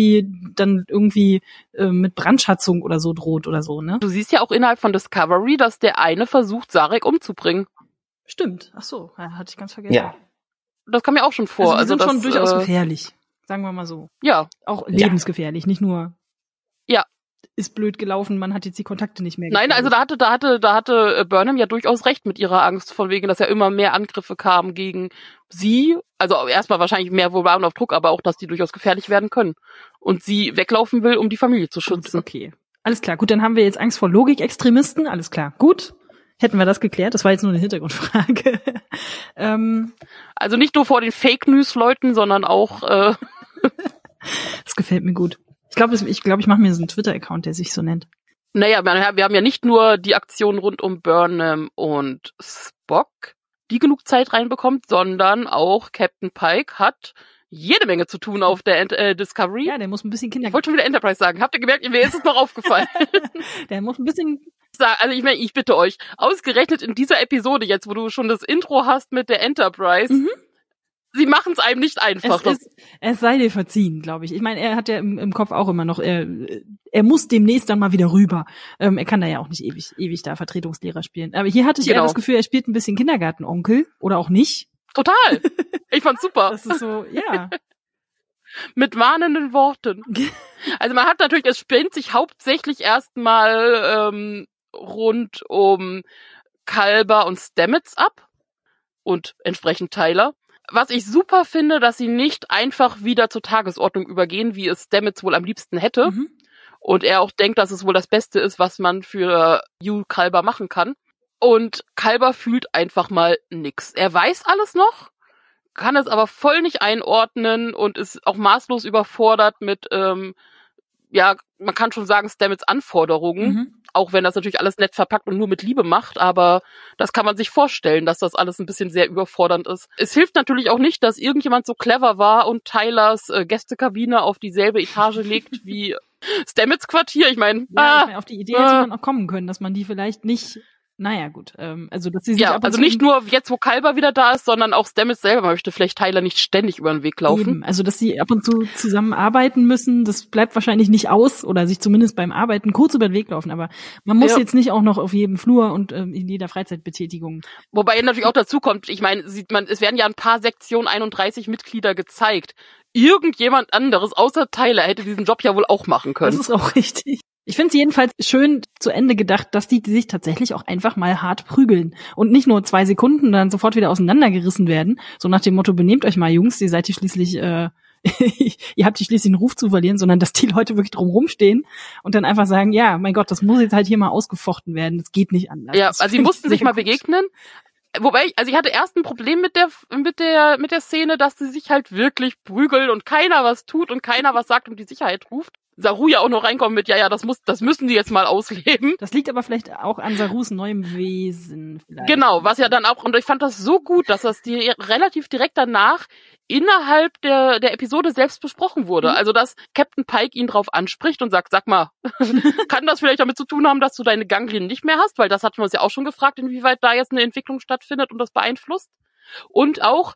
dann irgendwie äh, mit Brandschatzung oder so droht oder so, ne? Du siehst ja auch innerhalb von Discovery, dass der eine versucht, Sarek umzubringen. Stimmt. Ach so, ja, hatte ich ganz vergessen. Ja. Das kam mir auch schon vor. Also die sind also schon das, durchaus äh, gefährlich, sagen wir mal so. Ja. Auch lebensgefährlich, nicht nur Ja. ist blöd gelaufen, man hat jetzt die Kontakte nicht mehr. Nein, also da hatte, da hatte, da hatte Burnham ja durchaus recht mit ihrer Angst, von wegen, dass ja immer mehr Angriffe kamen gegen sie. Also erstmal wahrscheinlich mehr Vulvan auf Druck, aber auch, dass die durchaus gefährlich werden können. Und sie weglaufen will, um die Familie zu schützen. Gut, okay. Alles klar. Gut, dann haben wir jetzt Angst vor Logikextremisten. Alles klar. Gut. Hätten wir das geklärt. Das war jetzt nur eine Hintergrundfrage. ähm, also nicht nur vor den Fake-News-Leuten, sondern auch... Äh das gefällt mir gut. Ich glaube, ich, glaub, ich mache mir so einen Twitter-Account, der sich so nennt. Naja, wir haben ja nicht nur die Aktion rund um Burnham und Spock, die genug Zeit reinbekommt, sondern auch Captain Pike hat jede Menge zu tun auf der Ent- äh, Discovery. Ja, der muss ein bisschen Kinder... Ich wollte schon wieder Enterprise sagen. Habt ihr gemerkt, mir ist es noch aufgefallen. Der muss ein bisschen... Also ich meine, ich bitte euch, ausgerechnet in dieser Episode jetzt, wo du schon das Intro hast mit der Enterprise, mhm. Sie machen es einem nicht einfach. Es, ist, es sei dir verziehen, glaube ich. Ich meine, er hat ja im, im Kopf auch immer noch, er, er muss demnächst dann mal wieder rüber. Ähm, er kann da ja auch nicht ewig, ewig da Vertretungslehrer spielen. Aber hier hatte ich genau. eher das Gefühl, er spielt ein bisschen Kindergartenonkel oder auch nicht. Total. Ich fand's super. Das ist so, ja. Mit warnenden Worten. Also man hat natürlich, es spinnt sich hauptsächlich erstmal ähm, rund um Culber und Stamets ab und entsprechend Tyler. Was ich super finde, dass sie nicht einfach wieder zur Tagesordnung übergehen, wie es Stamets wohl am liebsten hätte. Mhm. Und er auch denkt, dass es wohl das Beste ist, was man für Hugh Culber machen kann. Und Culber fühlt einfach mal nix. Er weiß alles noch, kann es aber voll nicht einordnen und ist auch maßlos überfordert mit, ähm, ja, man kann schon sagen, Stamets Anforderungen. Mhm. Auch wenn das natürlich alles nett verpackt und nur mit Liebe macht, aber das kann man sich vorstellen, dass das alles ein bisschen sehr überfordernd ist. Es hilft natürlich auch nicht, dass irgendjemand so clever war und Tylers äh, Gästekabine auf dieselbe Etage legt wie Stamets Quartier. Ich meine, ja, ah, ich mein, auf die Idee äh, hätte man auch kommen können, dass man die vielleicht nicht... Naja, gut. Ähm, also, dass sie sich ja, ab und also zu nicht nur jetzt, wo Culber wieder da ist, sondern auch Stamets selber möchte vielleicht Tyler nicht ständig über den Weg laufen. Eben. Also, dass sie ab und zu zusammenarbeiten müssen, das bleibt wahrscheinlich nicht aus oder sich zumindest beim Arbeiten kurz über den Weg laufen. Aber man muss ja. jetzt nicht auch noch auf jedem Flur und ähm, in jeder Freizeitbetätigung. Wobei natürlich auch dazu kommt, ich meine, sieht man, es werden ja ein paar Sektion einunddreißig Mitglieder gezeigt. Irgendjemand anderes außer Tyler hätte diesen Job ja wohl auch machen können. Das ist auch richtig. Ich finde es jedenfalls schön zu Ende gedacht, dass die, die sich tatsächlich auch einfach mal hart prügeln und nicht nur zwei Sekunden dann sofort wieder auseinandergerissen werden. So nach dem Motto, benehmt euch mal, Jungs, ihr seid hier schließlich, äh, ihr habt hier schließlich einen Ruf zu verlieren, sondern dass die Leute wirklich drum rumstehen und dann einfach sagen, ja, mein Gott, das muss jetzt halt hier mal ausgefochten werden, das geht nicht anders. Ja, das also sie mussten sich mal gut. begegnen. Wobei, ich, also ich hatte erst ein Problem mit der, mit der, mit der Szene, dass sie sich halt wirklich prügeln und keiner was tut und keiner was sagt und die Sicherheit ruft. Saru ja auch noch reinkommen mit, ja, ja, das muss, das müssen die jetzt mal ausleben. Das liegt aber vielleicht auch an Sarus neuem Wesen. Vielleicht. Genau, was ja dann auch, und ich fand das so gut, dass das die relativ direkt danach innerhalb der, der Episode selbst besprochen wurde. Mhm. Also, dass Captain Pike ihn drauf anspricht und sagt, sag mal, kann das vielleicht damit zu tun haben, dass du deine Ganglien nicht mehr hast? Weil das hatten wir uns ja auch schon gefragt, inwieweit da jetzt eine Entwicklung stattfindet und das beeinflusst. Und auch,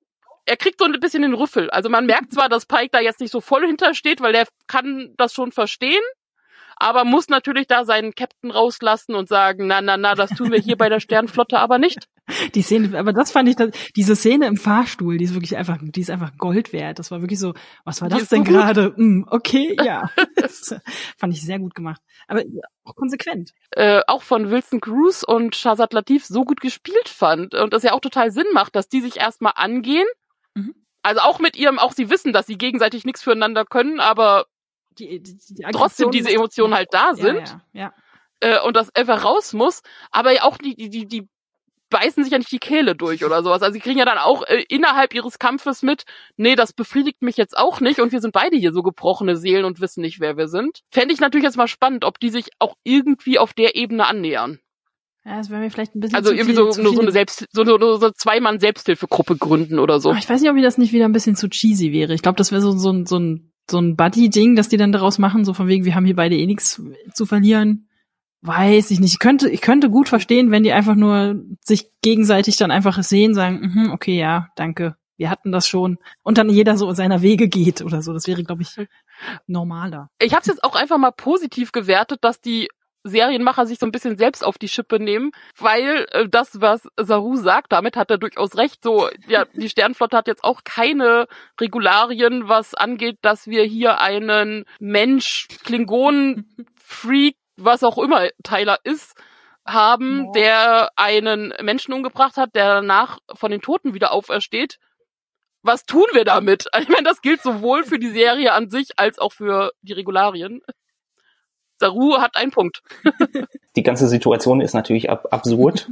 er kriegt so ein bisschen den Rüffel. Also man merkt zwar, dass Pike da jetzt nicht so voll hintersteht, weil der kann das schon verstehen, aber muss natürlich da seinen Captain rauslassen und sagen, na, na, na, das tun wir hier bei der Sternflotte aber nicht. Die Szene, aber das fand ich, das, diese Szene im Fahrstuhl, die ist wirklich einfach, die ist einfach Gold wert. Das war wirklich so, was war das denn so gerade? Mm, okay, ja. Das fand ich sehr gut gemacht. Aber auch konsequent. Äh, auch von Wilson Cruz und Shazad Latif so gut gespielt fand und das ja auch total Sinn macht, dass die sich erstmal angehen. Mhm. Also auch mit ihrem, auch sie wissen, dass sie gegenseitig nichts füreinander können, aber die, die, die trotzdem diese Emotionen halt da sind. Ja, ja, ja. Äh, und das einfach raus muss. Aber ja auch die, die, die, die beißen sich ja nicht die Kehle durch oder sowas. Also sie kriegen ja dann auch äh, innerhalb ihres Kampfes mit, nee, das befriedigt mich jetzt auch nicht und wir sind beide hier so gebrochene Seelen und wissen nicht, wer wir sind. Fände ich natürlich jetzt mal spannend, ob die sich auch irgendwie auf der Ebene annähern. Ja, das wäre mir vielleicht ein bisschen Also zu irgendwie viel, so, zu nur so eine Selbst, so, so, so Zwei-Mann-Selbsthilfegruppe gründen oder so. Ach, ich weiß nicht, ob mir das nicht wieder ein bisschen zu cheesy wäre. Ich glaube, das wäre so, so, ein, so ein, so ein Buddy-Ding, das die dann daraus machen, so von wegen, wir haben hier beide eh nichts zu verlieren. Weiß ich nicht. Ich könnte, ich könnte gut verstehen, wenn die einfach nur sich gegenseitig dann einfach sehen, sagen, mm-hmm, okay, ja, danke. wir hatten das schon. Und dann jeder so seiner Wege geht oder so. Das wäre, glaube ich, normaler. Ich habe es jetzt auch einfach mal positiv gewertet, dass die Serienmacher sich so ein bisschen selbst auf die Schippe nehmen, weil äh, das, was Saru sagt, damit hat er durchaus recht. So, ja, die Sternenflotte hat jetzt auch keine Regularien, was angeht, dass wir hier einen Mensch, Klingonen, Freak, was auch immer Tyler ist, haben, ja. der einen Menschen umgebracht hat, der danach von den Toten wieder aufersteht. Was tun wir damit? Ich meine, das gilt sowohl für die Serie an sich als auch für die Regularien. Saru hat einen Punkt. Die ganze Situation ist natürlich ab- absurd.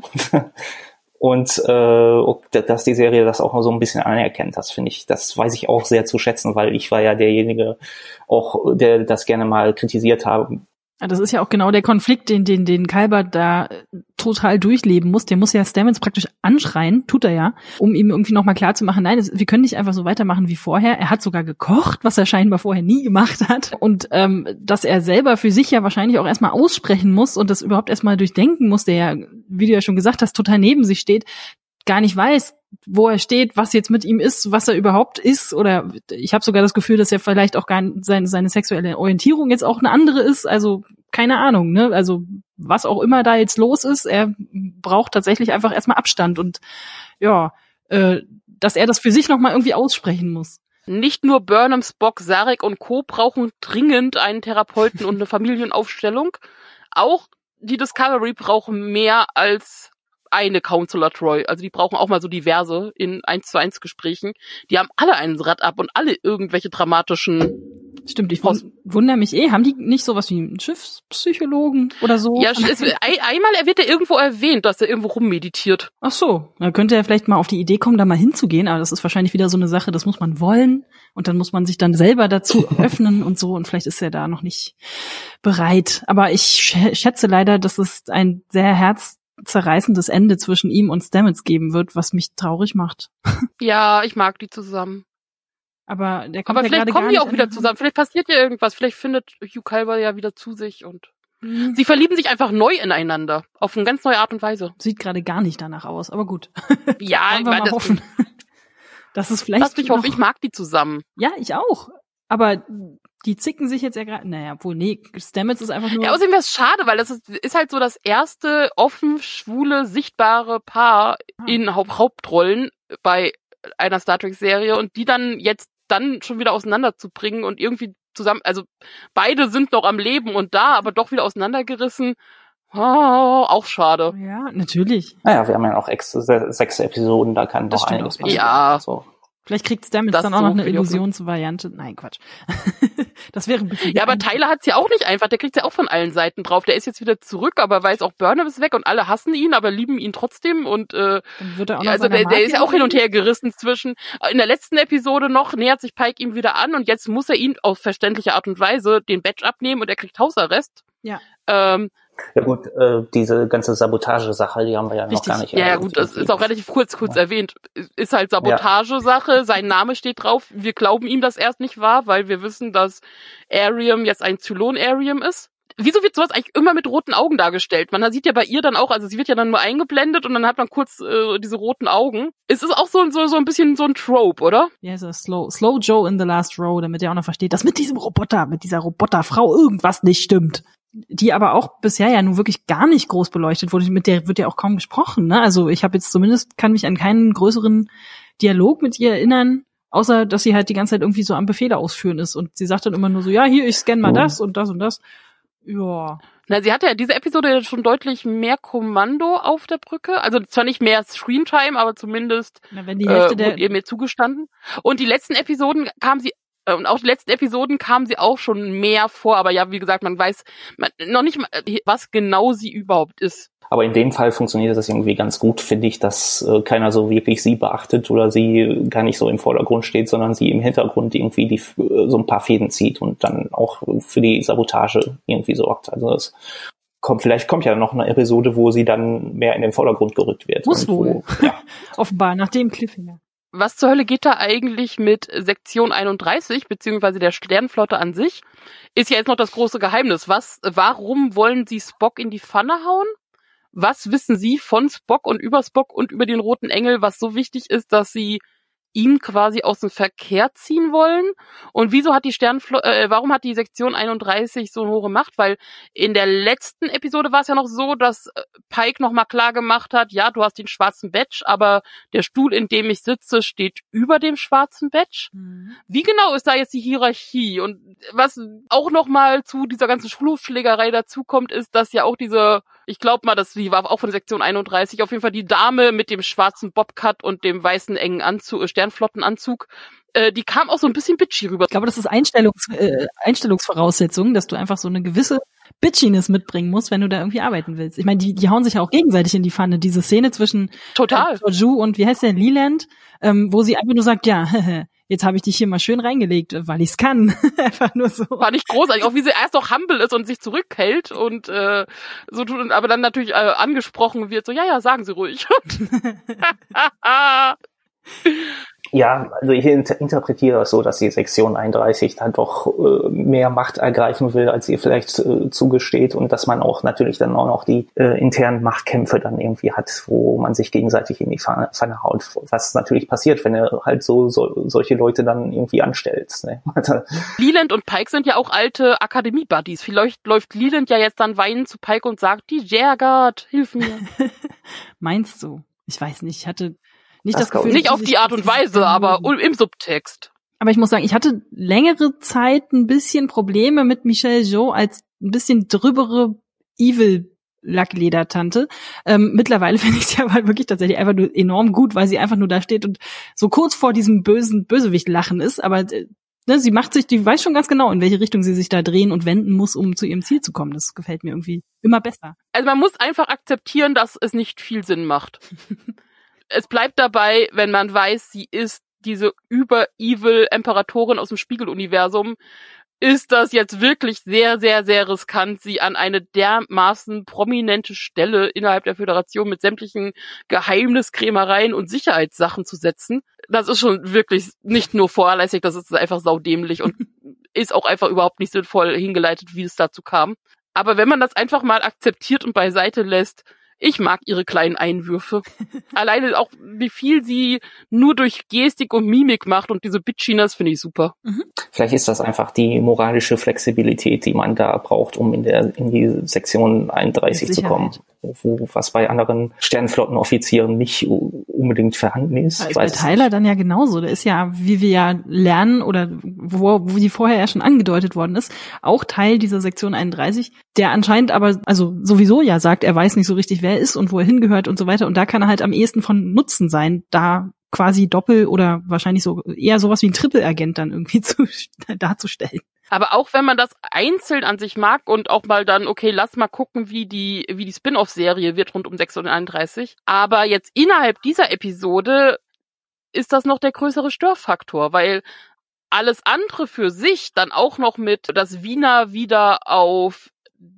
Und äh, dass die Serie das auch so ein bisschen anerkennt, das finde ich, das weiß ich auch sehr zu schätzen, weil ich war ja derjenige, auch der das gerne mal kritisiert habe. Das ist ja auch genau der Konflikt, den den den Kalber da total durchleben muss. Der muss ja Stamets praktisch anschreien, tut er ja, um ihm irgendwie nochmal klarzumachen, nein, das, wir können nicht einfach so weitermachen wie vorher. Er hat sogar gekocht, was er scheinbar vorher nie gemacht hat. Und ähm, dass er selber für sich ja wahrscheinlich auch erstmal aussprechen muss und das überhaupt erstmal durchdenken muss, der ja, wie du ja schon gesagt hast, total neben sich steht, gar nicht weiß, wo er steht, was jetzt mit ihm ist, was er überhaupt ist, oder ich habe sogar das Gefühl, dass er vielleicht auch gar seine, seine sexuelle Orientierung jetzt auch eine andere ist, also keine Ahnung, ne, also was auch immer da jetzt los ist, er braucht tatsächlich einfach erstmal Abstand und ja, äh, dass er das für sich nochmal irgendwie aussprechen muss. Nicht nur Burnham, Spock, Sarek und Co. brauchen dringend einen Therapeuten und eine Familienaufstellung, auch die Discovery brauchen mehr als eine Counselor Troy. Also die brauchen auch mal so diverse in eins zu eins Gesprächen. Die haben alle einen Rad ab und alle irgendwelche dramatischen... Stimmt, ich wund- wundere mich eh. Haben die nicht sowas wie einen Schiffspsychologen oder so? Ja, es, ein, einmal wird er irgendwo erwähnt, dass er irgendwo rummeditiert. Ach so, dann könnte er vielleicht mal auf die Idee kommen, da mal hinzugehen. Aber das ist wahrscheinlich wieder so eine Sache, das muss man wollen. Und dann muss man sich dann selber dazu öffnen und so. Und vielleicht ist er da noch nicht bereit. Aber ich schätze leider, dass es ein sehr herzzerreißendes Ende zwischen ihm und Stamets geben wird, was mich traurig macht. Ja, ich mag die zusammen. Aber der kommt Aber ja vielleicht gerade kommen gar die nicht auch wieder zusammen. Vielleicht passiert ja irgendwas. Vielleicht findet Hugh Culber ja wieder zu sich und mhm. sie verlieben sich einfach neu ineinander. Auf eine ganz neue Art und Weise. Sieht gerade gar nicht danach aus, aber gut. Ja, ich wir mal das hoffen. Das ist vielleicht. Was ich hoffe, ich mag die zusammen. Ja, ich auch. Aber die zicken sich jetzt ja gerade. Naja, obwohl, nee, Stamets ist einfach nur. Ja, außerdem wäre es schade, weil das ist, ist halt so das erste offen, schwule, sichtbare Paar ah. in Haupt- Hauptrollen bei einer Star Trek-Serie und die dann jetzt dann schon wieder auseinanderzubringen und irgendwie zusammen, also beide sind noch am Leben und da, aber doch wieder auseinandergerissen. Oh, auch schade. Ja, natürlich. Naja, wir haben ja noch ex- sechs Episoden, da kann das noch einiges passieren. Ja. So. Vielleicht kriegt Stamets das dann auch so noch eine Illusionsvariante. Nein, Quatsch. Das wäre ein bisschen... Ja, aber Tyler hat's ja auch nicht einfach. Der kriegt's ja auch von allen Seiten drauf. Der ist jetzt wieder zurück, aber weiß auch, Burnham ist weg und alle hassen ihn, aber lieben ihn trotzdem. Und äh, dann wird er auch noch also der, der ist ja auch hin und her gerissen zwischen... In der letzten Episode noch nähert sich Pike ihm wieder an und jetzt muss er ihn auf verständliche Art und Weise den Badge abnehmen und er kriegt Hausarrest. Ja. Ähm, Ja gut, äh, diese ganze Sabotage-Sache, die haben wir ja noch Richtig. gar nicht erwähnt. Ja, ja gut, das ist auch relativ kurz kurz ja. erwähnt. Ist halt Sabotage-Sache, ja. Sein Name steht drauf. Wir glauben ihm das erst nicht wahr, weil wir wissen, dass Arium jetzt ein Zylon-Arium ist. Wieso wird sowas eigentlich immer mit roten Augen dargestellt? Man sieht ja bei ihr dann auch, also sie wird ja dann nur eingeblendet und dann hat man kurz äh, diese roten Augen. Es ist auch so, so, so ein bisschen so ein Trope, oder? Ja, so Slow, Slow Joe in the Last Row, damit er auch noch versteht, dass mit diesem Roboter, mit dieser Roboterfrau irgendwas nicht stimmt. Die aber auch bisher ja nun wirklich gar nicht groß beleuchtet wurde, mit der wird ja auch kaum gesprochen, ne? Also ich habe jetzt zumindest, kann mich an keinen größeren Dialog mit ihr erinnern, außer dass sie halt die ganze Zeit irgendwie so am Befehle ausführen ist und sie sagt dann immer nur so, ja, hier, ich scanne mal das und das und das. Ja. Na, sie hatte ja diese Episode schon deutlich mehr Kommando auf der Brücke, also zwar nicht mehr Screentime, aber zumindest Na, wenn die Hälfte äh, der wurde ihr mehr zugestanden. Und die letzten Episoden kam sie Und auch die letzten Episoden kamen sie auch schon mehr vor, aber ja, wie gesagt, man weiß man, noch nicht mal, was genau sie überhaupt ist. Aber in dem Fall funktioniert das irgendwie ganz gut, finde ich, dass äh, keiner so wirklich sie beachtet oder sie gar nicht so im Vordergrund steht, sondern sie im Hintergrund irgendwie die äh, so ein paar Fäden zieht und dann auch für die Sabotage irgendwie sorgt. Also es kommt, vielleicht kommt ja noch eine Episode, wo sie dann mehr in den Vordergrund gerückt wird. Muss wohl. Wo, ja. Offenbar, nach dem Cliffhanger. Was zur Hölle geht da eigentlich mit Sektion einunddreißig, beziehungsweise der Sternenflotte an sich? Ist ja jetzt noch das große Geheimnis. Was, warum wollen sie Spock in die Pfanne hauen? Was wissen sie von Spock und über Spock und über den Roten Engel, was so wichtig ist, dass sie ihm quasi aus dem Verkehr ziehen wollen. Und wieso hat die Sternflotte, äh, warum hat die Sektion einunddreißig so eine hohe Macht? Weil in der letzten Episode war es ja noch so, dass Pike nochmal klar gemacht hat, ja, du hast den schwarzen Badge, aber der Stuhl, in dem ich sitze, steht über dem schwarzen Badge. Mhm. Wie genau ist da jetzt die Hierarchie? Und was auch nochmal zu dieser ganzen Schulschlägerei dazukommt, ist, dass ja auch diese, ich glaube mal, dass die war auch von Sektion einunddreißig, auf jeden Fall die Dame mit dem schwarzen Bobcat und dem weißen engen Anzug, Sternflottenanzug, äh, die kam auch so ein bisschen bitchy rüber. Ich glaube, das ist Einstellungs, äh, Einstellungsvoraussetzung, dass du einfach so eine gewisse Bitchiness mitbringen musst, wenn du da irgendwie arbeiten willst. Ich meine, die, die hauen sich ja auch gegenseitig in die Pfanne. Diese Szene zwischen Total. Äh, Georgiou und, wie heißt der, Leland, ähm, wo sie einfach nur sagt, ja, jetzt habe ich dich hier mal schön reingelegt, weil ich's kann. Einfach nur so. War nicht großartig, auch wie sie erst auch humble ist und sich zurückhält und äh, so tut, aber dann natürlich äh, angesprochen wird, so, ja, ja, sagen Sie ruhig. Ja, also ich inter- interpretiere das so, dass die Sektion einunddreißig dann doch äh, mehr Macht ergreifen will, als ihr vielleicht äh, zugesteht, und dass man auch natürlich dann auch noch die äh, internen Machtkämpfe dann irgendwie hat, wo man sich gegenseitig in die Pfanne, Pfanne haut. Was natürlich passiert, wenn er halt so, so solche Leute dann irgendwie anstellt. Ne? Leland und Pike sind ja auch alte Akademie-Buddies. Vielleicht läuft Leland ja jetzt dann weinend zu Pike und sagt, die Jergard, hilf mir. Meinst du? Ich weiß nicht, ich hatte nicht das, das Gefühl, nicht auf die Art und Weise, aber im Subtext. Aber ich muss sagen, ich hatte längere Zeit ein bisschen Probleme mit Michelle Yeoh als ein bisschen drübere Evil Lackledertante. Ähm, mittlerweile finde ich sie aber halt wirklich tatsächlich einfach nur enorm gut, weil sie einfach nur da steht und so kurz vor diesem bösen Bösewicht lachen ist, aber äh, ne, sie macht sich, die weiß schon ganz genau, in welche Richtung sie sich da drehen und wenden muss, um zu ihrem Ziel zu kommen. Das gefällt mir irgendwie immer besser. Also man muss einfach akzeptieren, dass es nicht viel Sinn macht. Es bleibt dabei, wenn man weiß, sie ist diese über-evil-Imperatorin aus dem Spiegeluniversum, ist das jetzt wirklich sehr, sehr, sehr riskant, sie an eine dermaßen prominente Stelle innerhalb der Föderation mit sämtlichen Geheimniskrämereien und Sicherheitssachen zu setzen. Das ist schon wirklich nicht nur fahrlässig, das ist einfach saudämlich und ist auch einfach überhaupt nicht sinnvoll hingeleitet, wie es dazu kam. Aber wenn man das einfach mal akzeptiert und beiseite lässt, ich mag ihre kleinen Einwürfe. Alleine auch, wie viel sie nur durch Gestik und Mimik macht und diese Bitchiness finde ich super. Mhm. Vielleicht ist das einfach die moralische Flexibilität, die man da braucht, um in der in die Sektion einunddreißig zu kommen. Wo, was bei anderen Sternenflottenoffizieren nicht unbedingt vorhanden ist. Also bei Tyler nicht. Dann ja genauso. Der ist ja, wie wir ja lernen oder wo, wo die vorher ja schon angedeutet worden ist, auch Teil dieser Sektion einunddreißig, der anscheinend aber, also sowieso ja sagt, er weiß nicht so richtig, wer er ist und wo er hingehört und so weiter. Und da kann er halt am ehesten von Nutzen sein, da quasi Doppel- oder wahrscheinlich so eher sowas wie ein Triple-Agent dann irgendwie zu, darzustellen. Aber auch wenn man das einzeln an sich mag und auch mal dann, okay, lass mal gucken, wie die wie die Spin-off-Serie wird rund um Sektion einunddreißig. Aber jetzt innerhalb dieser Episode ist das noch der größere Störfaktor, weil alles andere für sich dann auch noch mit, dass Wiener wieder auf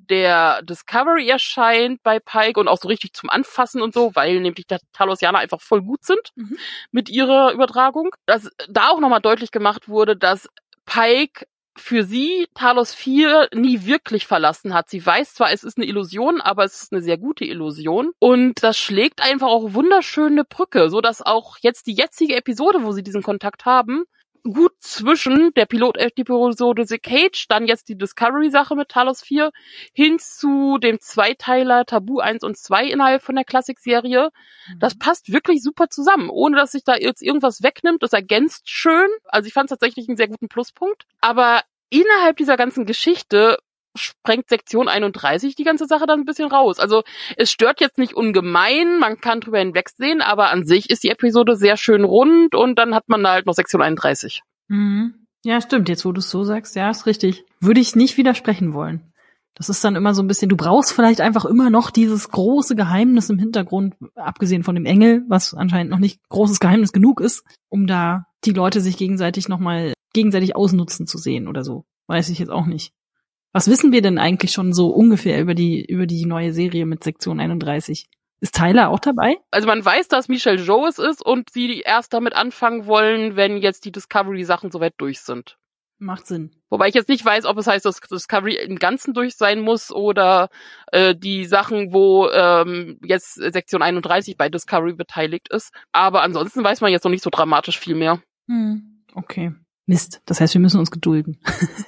der Discovery erscheint bei Pike und auch so richtig zum Anfassen und so, weil nämlich die Talosianer einfach voll gut sind mhm. mit ihrer Übertragung. Dass da auch nochmal deutlich gemacht wurde, dass Pike für sie Talos vier nie wirklich verlassen hat. Sie weiß zwar, es ist eine Illusion, aber es ist eine sehr gute Illusion. Und das schlägt einfach auch wunderschöne Brücke, so dass auch jetzt die jetzige Episode, wo sie diesen Kontakt haben, gut zwischen der Pilot-Episode The Cage, dann jetzt die Discovery-Sache mit Talos vier, hin zu dem Zweiteiler Tabu eins und zwei innerhalb von der Klassik-Serie. Mhm. Das passt wirklich super zusammen, ohne dass sich da jetzt irgendwas wegnimmt. Das ergänzt schön. Also ich fand es tatsächlich einen sehr guten Pluspunkt. Aber innerhalb dieser ganzen Geschichte sprengt Sektion einunddreißig die ganze Sache dann ein bisschen raus. Also es stört jetzt nicht ungemein, man kann drüber hinwegsehen, aber an sich ist die Episode sehr schön rund und dann hat man da halt noch Sektion einunddreißig. Mhm. Ja, stimmt. Jetzt, wo du es so sagst, ja, ist richtig. Würde ich nicht widersprechen wollen. Das ist dann immer so ein bisschen, du brauchst vielleicht einfach immer noch dieses große Geheimnis im Hintergrund, abgesehen von dem Engel, was anscheinend noch nicht großes Geheimnis genug ist, um da die Leute sich gegenseitig nochmal gegenseitig ausnutzen zu sehen oder so. Weiß ich jetzt auch nicht. Was wissen wir denn eigentlich schon so ungefähr über die über die neue Serie mit Sektion einunddreißig? Ist Tyler auch dabei? Also man weiß, dass Michelle Yeoh es ist und sie erst damit anfangen wollen, wenn jetzt die Discovery-Sachen soweit durch sind. Macht Sinn. Wobei ich jetzt nicht weiß, ob es heißt, dass Discovery im Ganzen durch sein muss oder äh, die Sachen, wo ähm, jetzt Sektion einunddreißig bei Discovery beteiligt ist. Aber ansonsten weiß man jetzt noch nicht so dramatisch viel mehr. Hm. Okay. Mist. Das heißt, wir müssen uns gedulden.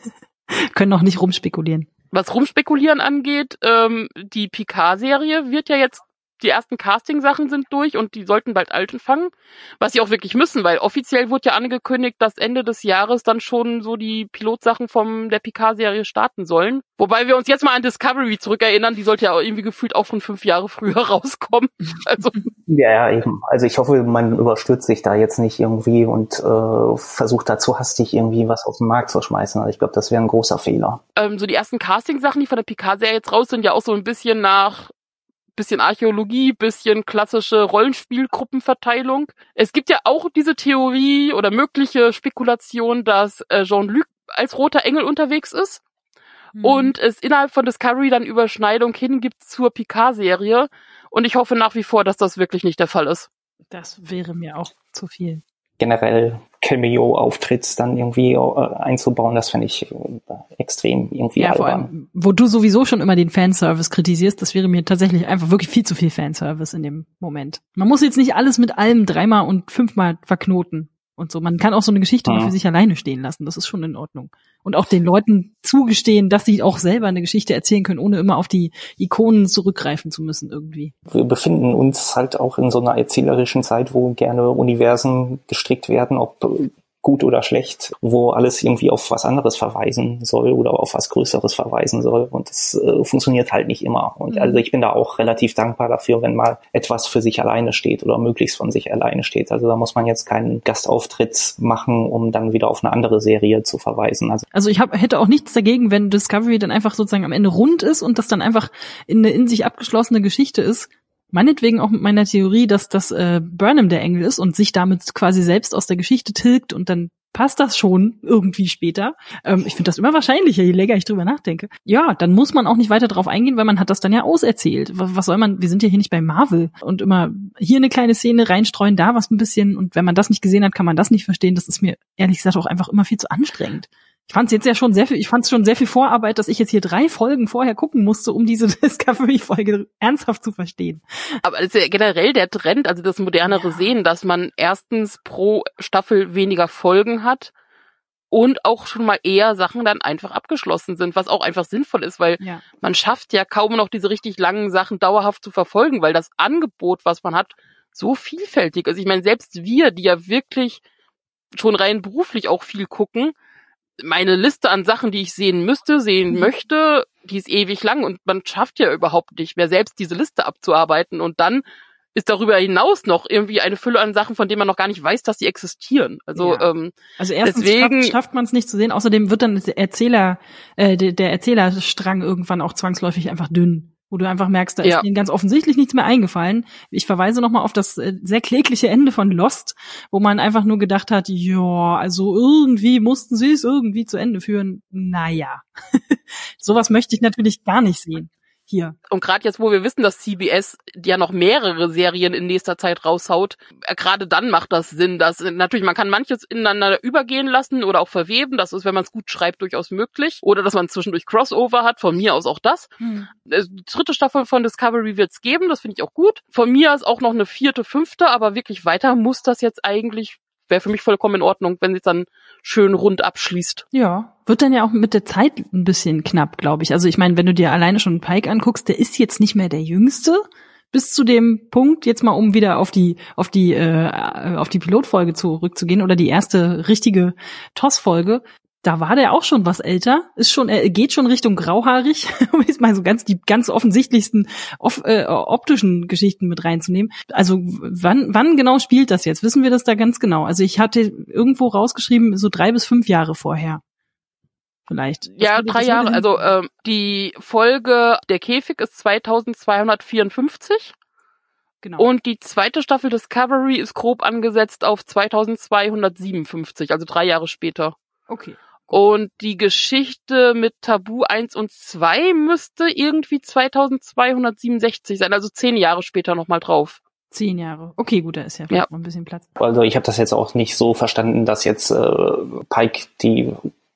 Können noch nicht rumspekulieren. Was Rumspekulieren angeht, ähm, die Picard-Serie wird ja jetzt, die ersten Casting-Sachen sind durch und die sollten bald Alten fangen, was sie auch wirklich müssen, weil offiziell wurde ja angekündigt, dass Ende des Jahres dann schon so die Pilotsachen von der Picard-Serie starten sollen. Wobei wir uns jetzt mal an Discovery zurückerinnern, die sollte ja auch irgendwie gefühlt auch schon fünf Jahre früher rauskommen. Also ja, ja, eben. Also ich hoffe, man überstürzt sich da jetzt nicht irgendwie und äh, versucht da zu hastig irgendwie was auf den Markt zu schmeißen. Also ich glaube, das wäre ein großer Fehler. Ähm, so die ersten Casting-Sachen, die von der Picard-Serie jetzt raus sind, ja auch so ein bisschen nach bisschen Archäologie, bisschen klassische Rollenspielgruppenverteilung. Es gibt ja auch diese Theorie oder mögliche Spekulation, dass äh, Jean-Luc als roter Engel unterwegs ist mhm. und es innerhalb von Discovery dann Überschneidung hingibt zur Picard-Serie. Und ich hoffe nach wie vor, dass das wirklich nicht der Fall ist. Das wäre mir auch zu viel. Generell Cameo-Auftritt dann irgendwie äh, einzubauen, das finde ich äh, extrem irgendwie ja, albern. Vor allem, wo du sowieso schon immer den Fanservice kritisierst, das wäre mir tatsächlich einfach wirklich viel zu viel Fanservice in dem Moment. Man muss jetzt nicht alles mit allem dreimal und fünfmal verknoten und so. Man kann auch so eine Geschichte mhm. mal für sich alleine stehen lassen, das ist schon in Ordnung. Und auch den Leuten zugestehen, dass sie auch selber eine Geschichte erzählen können, ohne immer auf die Ikonen zurückgreifen zu müssen irgendwie. Wir befinden uns halt auch in so einer erzählerischen Zeit, wo gerne Universen gestrickt werden, ob gut oder schlecht, wo alles irgendwie auf was anderes verweisen soll oder auf was Größeres verweisen soll. Und das äh, funktioniert halt nicht immer. Und mhm. also ich bin da auch relativ dankbar dafür, wenn mal etwas für sich alleine steht oder möglichst von sich alleine steht. Also da muss man jetzt keinen Gastauftritt machen, um dann wieder auf eine andere Serie zu verweisen. Also, also ich hab, hätte auch nichts dagegen, wenn Discovery dann einfach sozusagen am Ende rund ist und das dann einfach in eine in sich abgeschlossene Geschichte ist. Meinetwegen auch mit meiner Theorie, dass das äh, Burnham der Engel ist und sich damit quasi selbst aus der Geschichte tilgt und dann passt das schon irgendwie später. Ähm, ich finde das immer wahrscheinlicher, je länger ich drüber nachdenke. Ja, dann muss man auch nicht weiter drauf eingehen, weil man hat das dann ja auserzählt. Was, was soll man, wir sind ja hier nicht bei Marvel und immer hier eine kleine Szene reinstreuen, da was ein bisschen und wenn man das nicht gesehen hat, kann man das nicht verstehen. Das ist mir ehrlich gesagt auch einfach immer viel zu anstrengend. Ich fand es jetzt ja schon sehr viel, ich fand es schon sehr viel Vorarbeit, dass ich jetzt hier drei Folgen vorher gucken musste, um diese Discovery-Folge ernsthaft zu verstehen. Aber es ist ja generell der Trend, also das modernere ja. Sehen, dass man erstens pro Staffel weniger Folgen hat und auch schon mal eher Sachen dann einfach abgeschlossen sind, was auch einfach sinnvoll ist, weil ja. man schafft ja kaum noch diese richtig langen Sachen dauerhaft zu verfolgen, weil das Angebot, was man hat, so vielfältig ist. Ich meine, selbst wir, die ja wirklich schon rein beruflich auch viel gucken, meine Liste an Sachen, die ich sehen müsste, sehen mhm. möchte, die ist ewig lang und man schafft ja überhaupt nicht mehr, selbst diese Liste abzuarbeiten und dann ist darüber hinaus noch irgendwie eine Fülle an Sachen, von denen man noch gar nicht weiß, dass sie existieren. Also, ja. ähm, also erstens deswegen schafft, schafft man es nicht zu sehen, außerdem wird dann der Erzähler, äh, der, der Erzählerstrang irgendwann auch zwangsläufig einfach dünn. Wo du einfach merkst, da ja. ist ihnen ganz offensichtlich nichts mehr eingefallen. Ich verweise nochmal auf das äh, sehr klägliche Ende von Lost, wo man einfach nur gedacht hat, ja, also irgendwie mussten sie es irgendwie zu Ende führen. Naja, sowas möchte ich natürlich gar nicht sehen. Hier. Und gerade jetzt, wo wir wissen, dass C B S ja noch mehrere Serien in nächster Zeit raushaut, äh, gerade dann macht das Sinn, dass äh, natürlich, man kann manches ineinander übergehen lassen oder auch verweben, das ist, wenn man es gut schreibt, durchaus möglich. Oder dass man zwischendurch Crossover hat, von mir aus auch das. Hm. Die dritte Staffel von Discovery wird es geben, das finde ich auch gut. Von mir aus auch noch eine vierte, fünfte, aber wirklich weiter muss das jetzt eigentlich, wäre für mich vollkommen in Ordnung, wenn sie es dann schön rund abschließt. Ja, wird dann ja auch mit der Zeit ein bisschen knapp, glaube ich. Also ich meine, wenn du dir alleine schon Pike anguckst, der ist jetzt nicht mehr der Jüngste. Bis zu dem Punkt, jetzt mal um wieder auf die auf die äh, auf die Pilotfolge zurückzugehen oder die erste richtige T O S-Folge, da war der auch schon was älter, ist schon, er geht schon Richtung grauhaarig, um jetzt mal so ganz die ganz offensichtlichsten off, äh, optischen Geschichten mit reinzunehmen. Also wann wann genau spielt das jetzt? Wissen wir das da ganz genau? Also ich hatte irgendwo rausgeschrieben, so drei bis fünf Jahre vorher. Vielleicht. Das ja, drei Jahre. Also ähm, die Folge Der Käfig ist zweitausendzweihundertvierundfünfzig. Genau. Und die zweite Staffel Discovery ist grob angesetzt auf zweitausendzweihundertsiebenundfünfzig, also drei Jahre später. Okay. Und die Geschichte mit Tabu eins und zwei müsste irgendwie zweitausendzweihundertsiebenundsechzig sein, also zehn Jahre später nochmal drauf. Zehn Jahre. Okay, gut, da ist ja, ja. noch ein bisschen Platz. Also ich habe das jetzt auch nicht so verstanden, dass jetzt äh, Pike die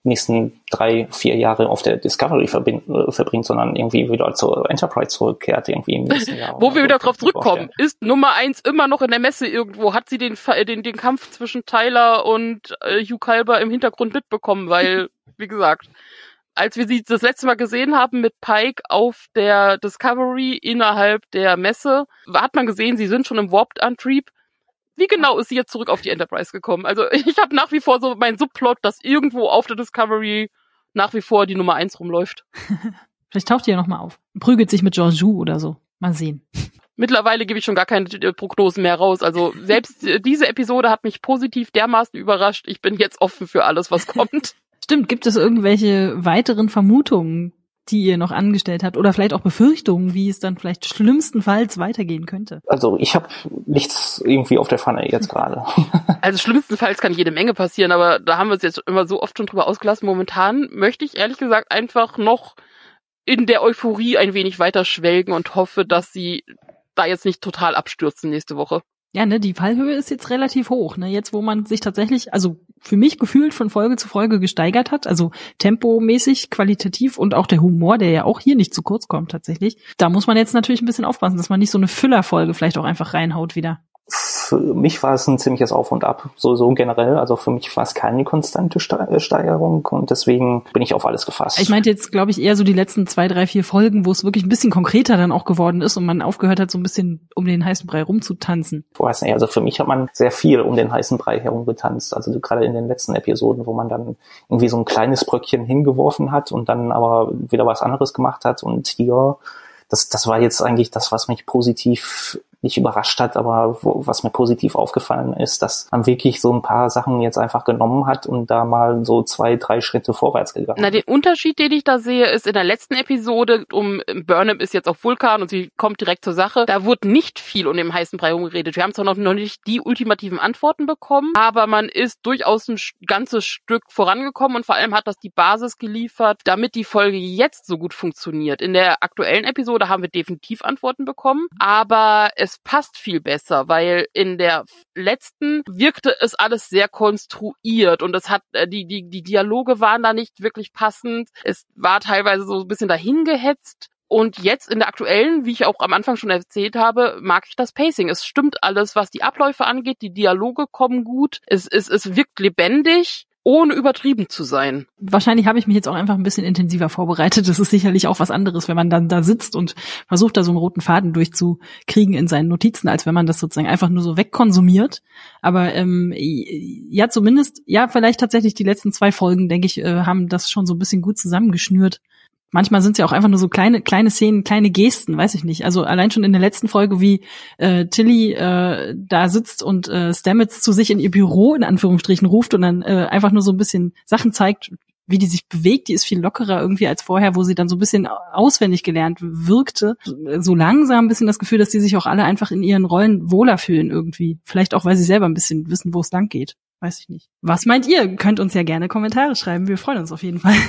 nächsten drei, vier Jahre auf der Discovery verbind, äh, verbringt, sondern irgendwie wieder zur Enterprise zurückkehrt, irgendwie im nächsten Jahr. Wo wir wieder drauf zurückkommen, ist Nummer eins immer noch in der Messe irgendwo? Hat sie den, den, den Kampf zwischen Tyler und äh, Hugh Culber im Hintergrund mitbekommen? Weil, wie gesagt, als wir sie das letzte Mal gesehen haben mit Pike auf der Discovery innerhalb der Messe, hat man gesehen, sie sind schon im Warped-Antrieb. Wie genau ist sie jetzt zurück auf die Enterprise gekommen? Also ich habe nach wie vor so meinen Subplot, dass irgendwo auf der Discovery nach wie vor die Nummer eins rumläuft. Vielleicht taucht die ja nochmal auf. Prügelt sich mit Georgiou oder so. Mal sehen. Mittlerweile gebe ich schon gar keine Prognosen mehr raus. Also selbst diese Episode hat mich positiv dermaßen überrascht. Ich bin jetzt offen für alles, was kommt. Stimmt, gibt es irgendwelche weiteren Vermutungen, die ihr noch angestellt habt? Oder vielleicht auch Befürchtungen, wie es dann vielleicht schlimmstenfalls weitergehen könnte? Also ich habe nichts irgendwie auf der Pfanne jetzt gerade. Also schlimmstenfalls kann jede Menge passieren, aber da haben wir uns jetzt immer so oft schon drüber ausgelassen. Momentan möchte ich ehrlich gesagt einfach noch in der Euphorie ein wenig weiter schwelgen und hoffe, dass sie da jetzt nicht total abstürzen nächste Woche. Ja, ne, die Fallhöhe ist jetzt relativ hoch, ne, jetzt wo man sich tatsächlich, also für mich gefühlt von Folge zu Folge gesteigert hat, also tempomäßig, qualitativ und auch der Humor, der ja auch hier nicht zu kurz kommt tatsächlich. Da muss man jetzt natürlich ein bisschen aufpassen, dass man nicht so eine Füllerfolge vielleicht auch einfach reinhaut wieder. Für mich war es ein ziemliches Auf und Ab, so, so generell. Also für mich war es keine konstante Steigerung und deswegen bin ich auf alles gefasst. Ich meinte jetzt, glaube ich, eher so die letzten zwei, drei, vier Folgen, wo es wirklich ein bisschen konkreter dann auch geworden ist und man aufgehört hat, so ein bisschen um den heißen Brei rumzutanzen. Ich weiß nicht, also für mich hat man sehr viel um den heißen Brei herumgetanzt. Also gerade in den letzten Episoden, wo man dann irgendwie so ein kleines Bröckchen hingeworfen hat und dann aber wieder was anderes gemacht hat. Und hier, das, das war jetzt eigentlich das, was mich positiv nicht überrascht hat, aber wo, was mir positiv aufgefallen ist, dass man wirklich so ein paar Sachen jetzt einfach genommen hat und da mal so zwei, drei Schritte vorwärts gegangen. Na, den Unterschied, den ich da sehe, ist in der letzten Episode, um Burnham ist jetzt auf Vulkan und sie kommt direkt zur Sache, da wurde nicht viel um den heißen Brei rumgeredet. Wir haben zwar noch, noch nicht die ultimativen Antworten bekommen, aber man ist durchaus ein ganzes Stück vorangekommen und vor allem hat das die Basis geliefert, damit die Folge jetzt so gut funktioniert. In der aktuellen Episode haben wir definitiv Antworten bekommen, aber es passt viel besser, weil in der letzten wirkte es alles sehr konstruiert und es hat die die die Dialoge waren da nicht wirklich passend. Es war teilweise so ein bisschen dahingehetzt. Und jetzt in der aktuellen, wie ich auch am Anfang schon erzählt habe, mag ich das Pacing. Es stimmt alles, was die Abläufe angeht. Die Dialoge kommen gut. Es es es wirkt lebendig, ohne übertrieben zu sein. Wahrscheinlich habe ich mich jetzt auch einfach ein bisschen intensiver vorbereitet. Das ist sicherlich auch was anderes, wenn man dann da sitzt und versucht, da so einen roten Faden durchzukriegen in seinen Notizen, als wenn man das sozusagen einfach nur so wegkonsumiert. Aber ähm, ja, zumindest, ja, vielleicht tatsächlich die letzten zwei Folgen, denke ich, äh, haben das schon so ein bisschen gut zusammengeschnürt. Manchmal sind es ja auch einfach nur so kleine kleine Szenen, kleine Gesten, weiß ich nicht. Also allein schon in der letzten Folge, wie äh, Tilly äh, da sitzt und äh, Stamets zu sich in ihr Büro in Anführungsstrichen ruft und dann äh, einfach nur so ein bisschen Sachen zeigt, wie die sich bewegt. Die ist viel lockerer irgendwie als vorher, wo sie dann so ein bisschen auswendig gelernt wirkte. So langsam ein bisschen das Gefühl, dass die sich auch alle einfach in ihren Rollen wohler fühlen irgendwie. Vielleicht auch, weil sie selber ein bisschen wissen, wo es lang geht. Weiß ich nicht. Was meint ihr? Könnt uns ja gerne Kommentare schreiben. Wir freuen uns auf jeden Fall.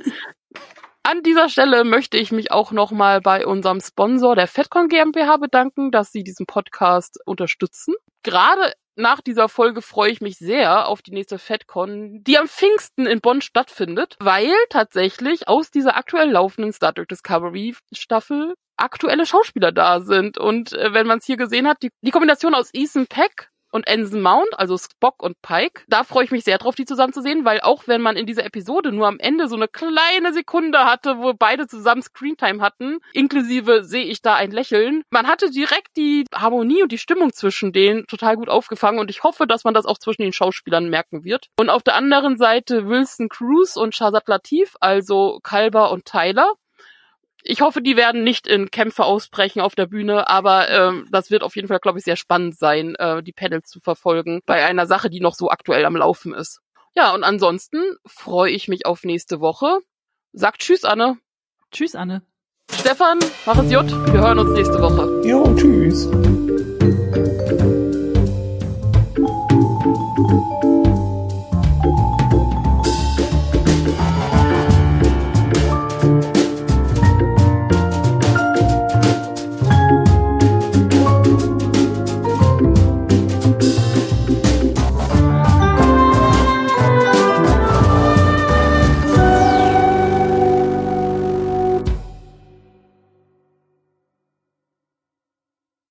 An dieser Stelle möchte ich mich auch nochmal bei unserem Sponsor der FedCon GmbH bedanken, dass sie diesen Podcast unterstützen. Gerade nach dieser Folge freue ich mich sehr auf die nächste FedCon, die am Pfingsten in Bonn stattfindet, weil tatsächlich aus dieser aktuell laufenden Star Trek Discovery Staffel aktuelle Schauspieler da sind. Und äh, wenn man es hier gesehen hat, die, die Kombination aus Ethan Peck und Anson Mount, also Spock und Pike. Da freue ich mich sehr drauf, die zusammen zu sehen, weil auch wenn man in dieser Episode nur am Ende so eine kleine Sekunde hatte, wo beide zusammen Screentime hatten, inklusive sehe ich da ein Lächeln, man hatte direkt die Harmonie und die Stimmung zwischen denen total gut aufgefangen und ich hoffe, dass man das auch zwischen den Schauspielern merken wird. Und auf der anderen Seite Wilson Cruz und Shazad Latif, also Culber und Tyler. Ich hoffe, die werden nicht in Kämpfe ausbrechen auf der Bühne, aber ähm, das wird auf jeden Fall, glaube ich, sehr spannend sein, äh, die Panels zu verfolgen bei einer Sache, die noch so aktuell am Laufen ist. Ja, und ansonsten freue ich mich auf nächste Woche. Sagt Tschüss, Anne. Tschüss, Anne. Stefan, mach es gut. Wir hören uns nächste Woche. Jo, tschüss.